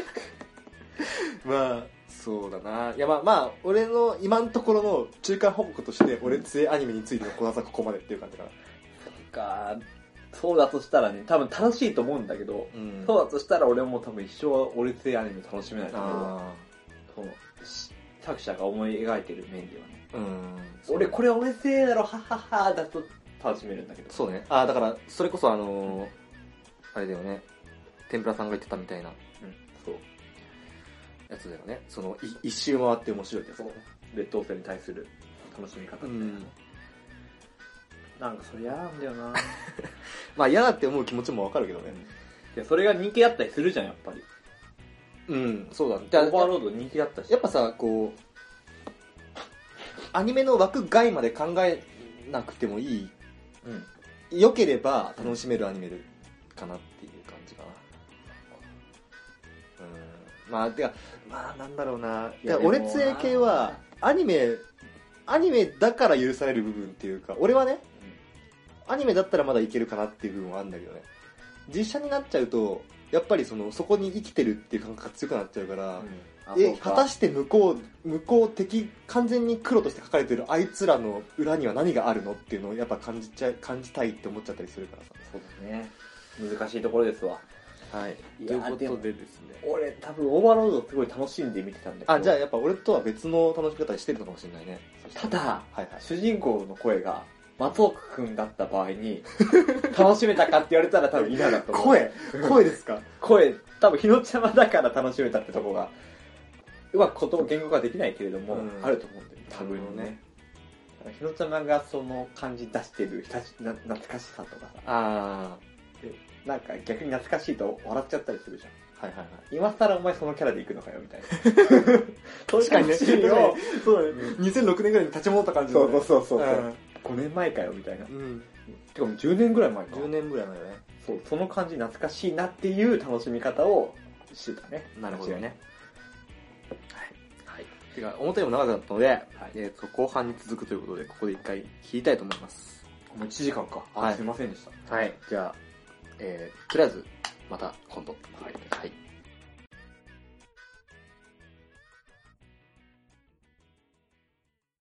まあ、そうだな。いやまあまあ、俺の今のところの中間報告として、俺強いアニメについての考察はここまでっていう感じかな。 そっか、そうだとしたらね、多分楽しいと思うんだけど、うん、そうだとしたら俺も多分一生俺強いアニメ楽しめないと思うわ。その作者が思い描いてる面ではね。うん、俺これ俺強いだろ、はははだと楽しめるんだけど。 そうね。ああ、だから、それこそあのー、あれだよね。天ぷらさんが言ってたみたいな。うん、そう。やつだよね。その、い一周回って面白いってやつだね。 劣等生に対する楽しみ方って、うん、なんかそれ嫌なんだよなまあ嫌だって思う気持ちもわかるけどね。 いや、それが人気だったりするじゃん、やっぱり。 うん、そうだね。 オーバーロード人気だったし。 やっぱさ、こう、アニメの枠外まで考えなくてもいい。うん。良ければ楽しめるアニメかなっていう感じかな。うん。まあ、てか、まあなんだろうな。いや、俺つえ系は、アニメ、アニメだから許される部分っていうか、俺はね、アニメだったらまだいけるかなっていう部分はあるんだけどね。実写になっちゃうと、やっぱりその、そこに生きてるっていう感覚が強くなっちゃうから、うん、え、果たして向こう、向こう敵、完全に黒として書かれてるあいつらの裏には何があるのっていうのをやっぱ感じちゃ、感じたいって思っちゃったりするからさ。 そうだね。難しいところですわ。 はい。ということでですね。 俺多分オーバーロードすごい楽しんで見てたんだけど。 あ、じゃあやっぱ俺とは別の楽しみ方してるのかもしれないね。 ただ、 はいはい、 主人公の声が松岡くんだった場合に、楽しめたかって言われたら多分いないだと思う。 声声ですか？ 声、多分日のちゃまだから楽しめたってとこが、うまく言葉言語化できないけれども、うん、あると思うんだよ。多分ね。日のちゃまがその感じ出してるな懐かしさとかさ。あでなんか逆に懐かしいと笑っちゃったりするじゃん。はいはいはい。今更お前そのキャラで行くのかよみたいな。 確かにね。そうだね。にせんろくねんぐらいに立ち戻った感じ、ね。 そうそうそうそう。うん、ごねんまえかよみたいな。うん。てかもうじゅうねんぐらい前か。 じゅうねんぐらい前だね。 そう、その感じ懐かしいなっていう楽しみ方をしてたね。 なるほどね。はい。はい。てか、表も長くなったので、はい、えっと、後半に続くということで、ここで一回聞きたいと思います。 もういちじかんか。 はい。 すいませんでした。 はい。じゃあ、えー、とりあえず、また今度。はい。はい。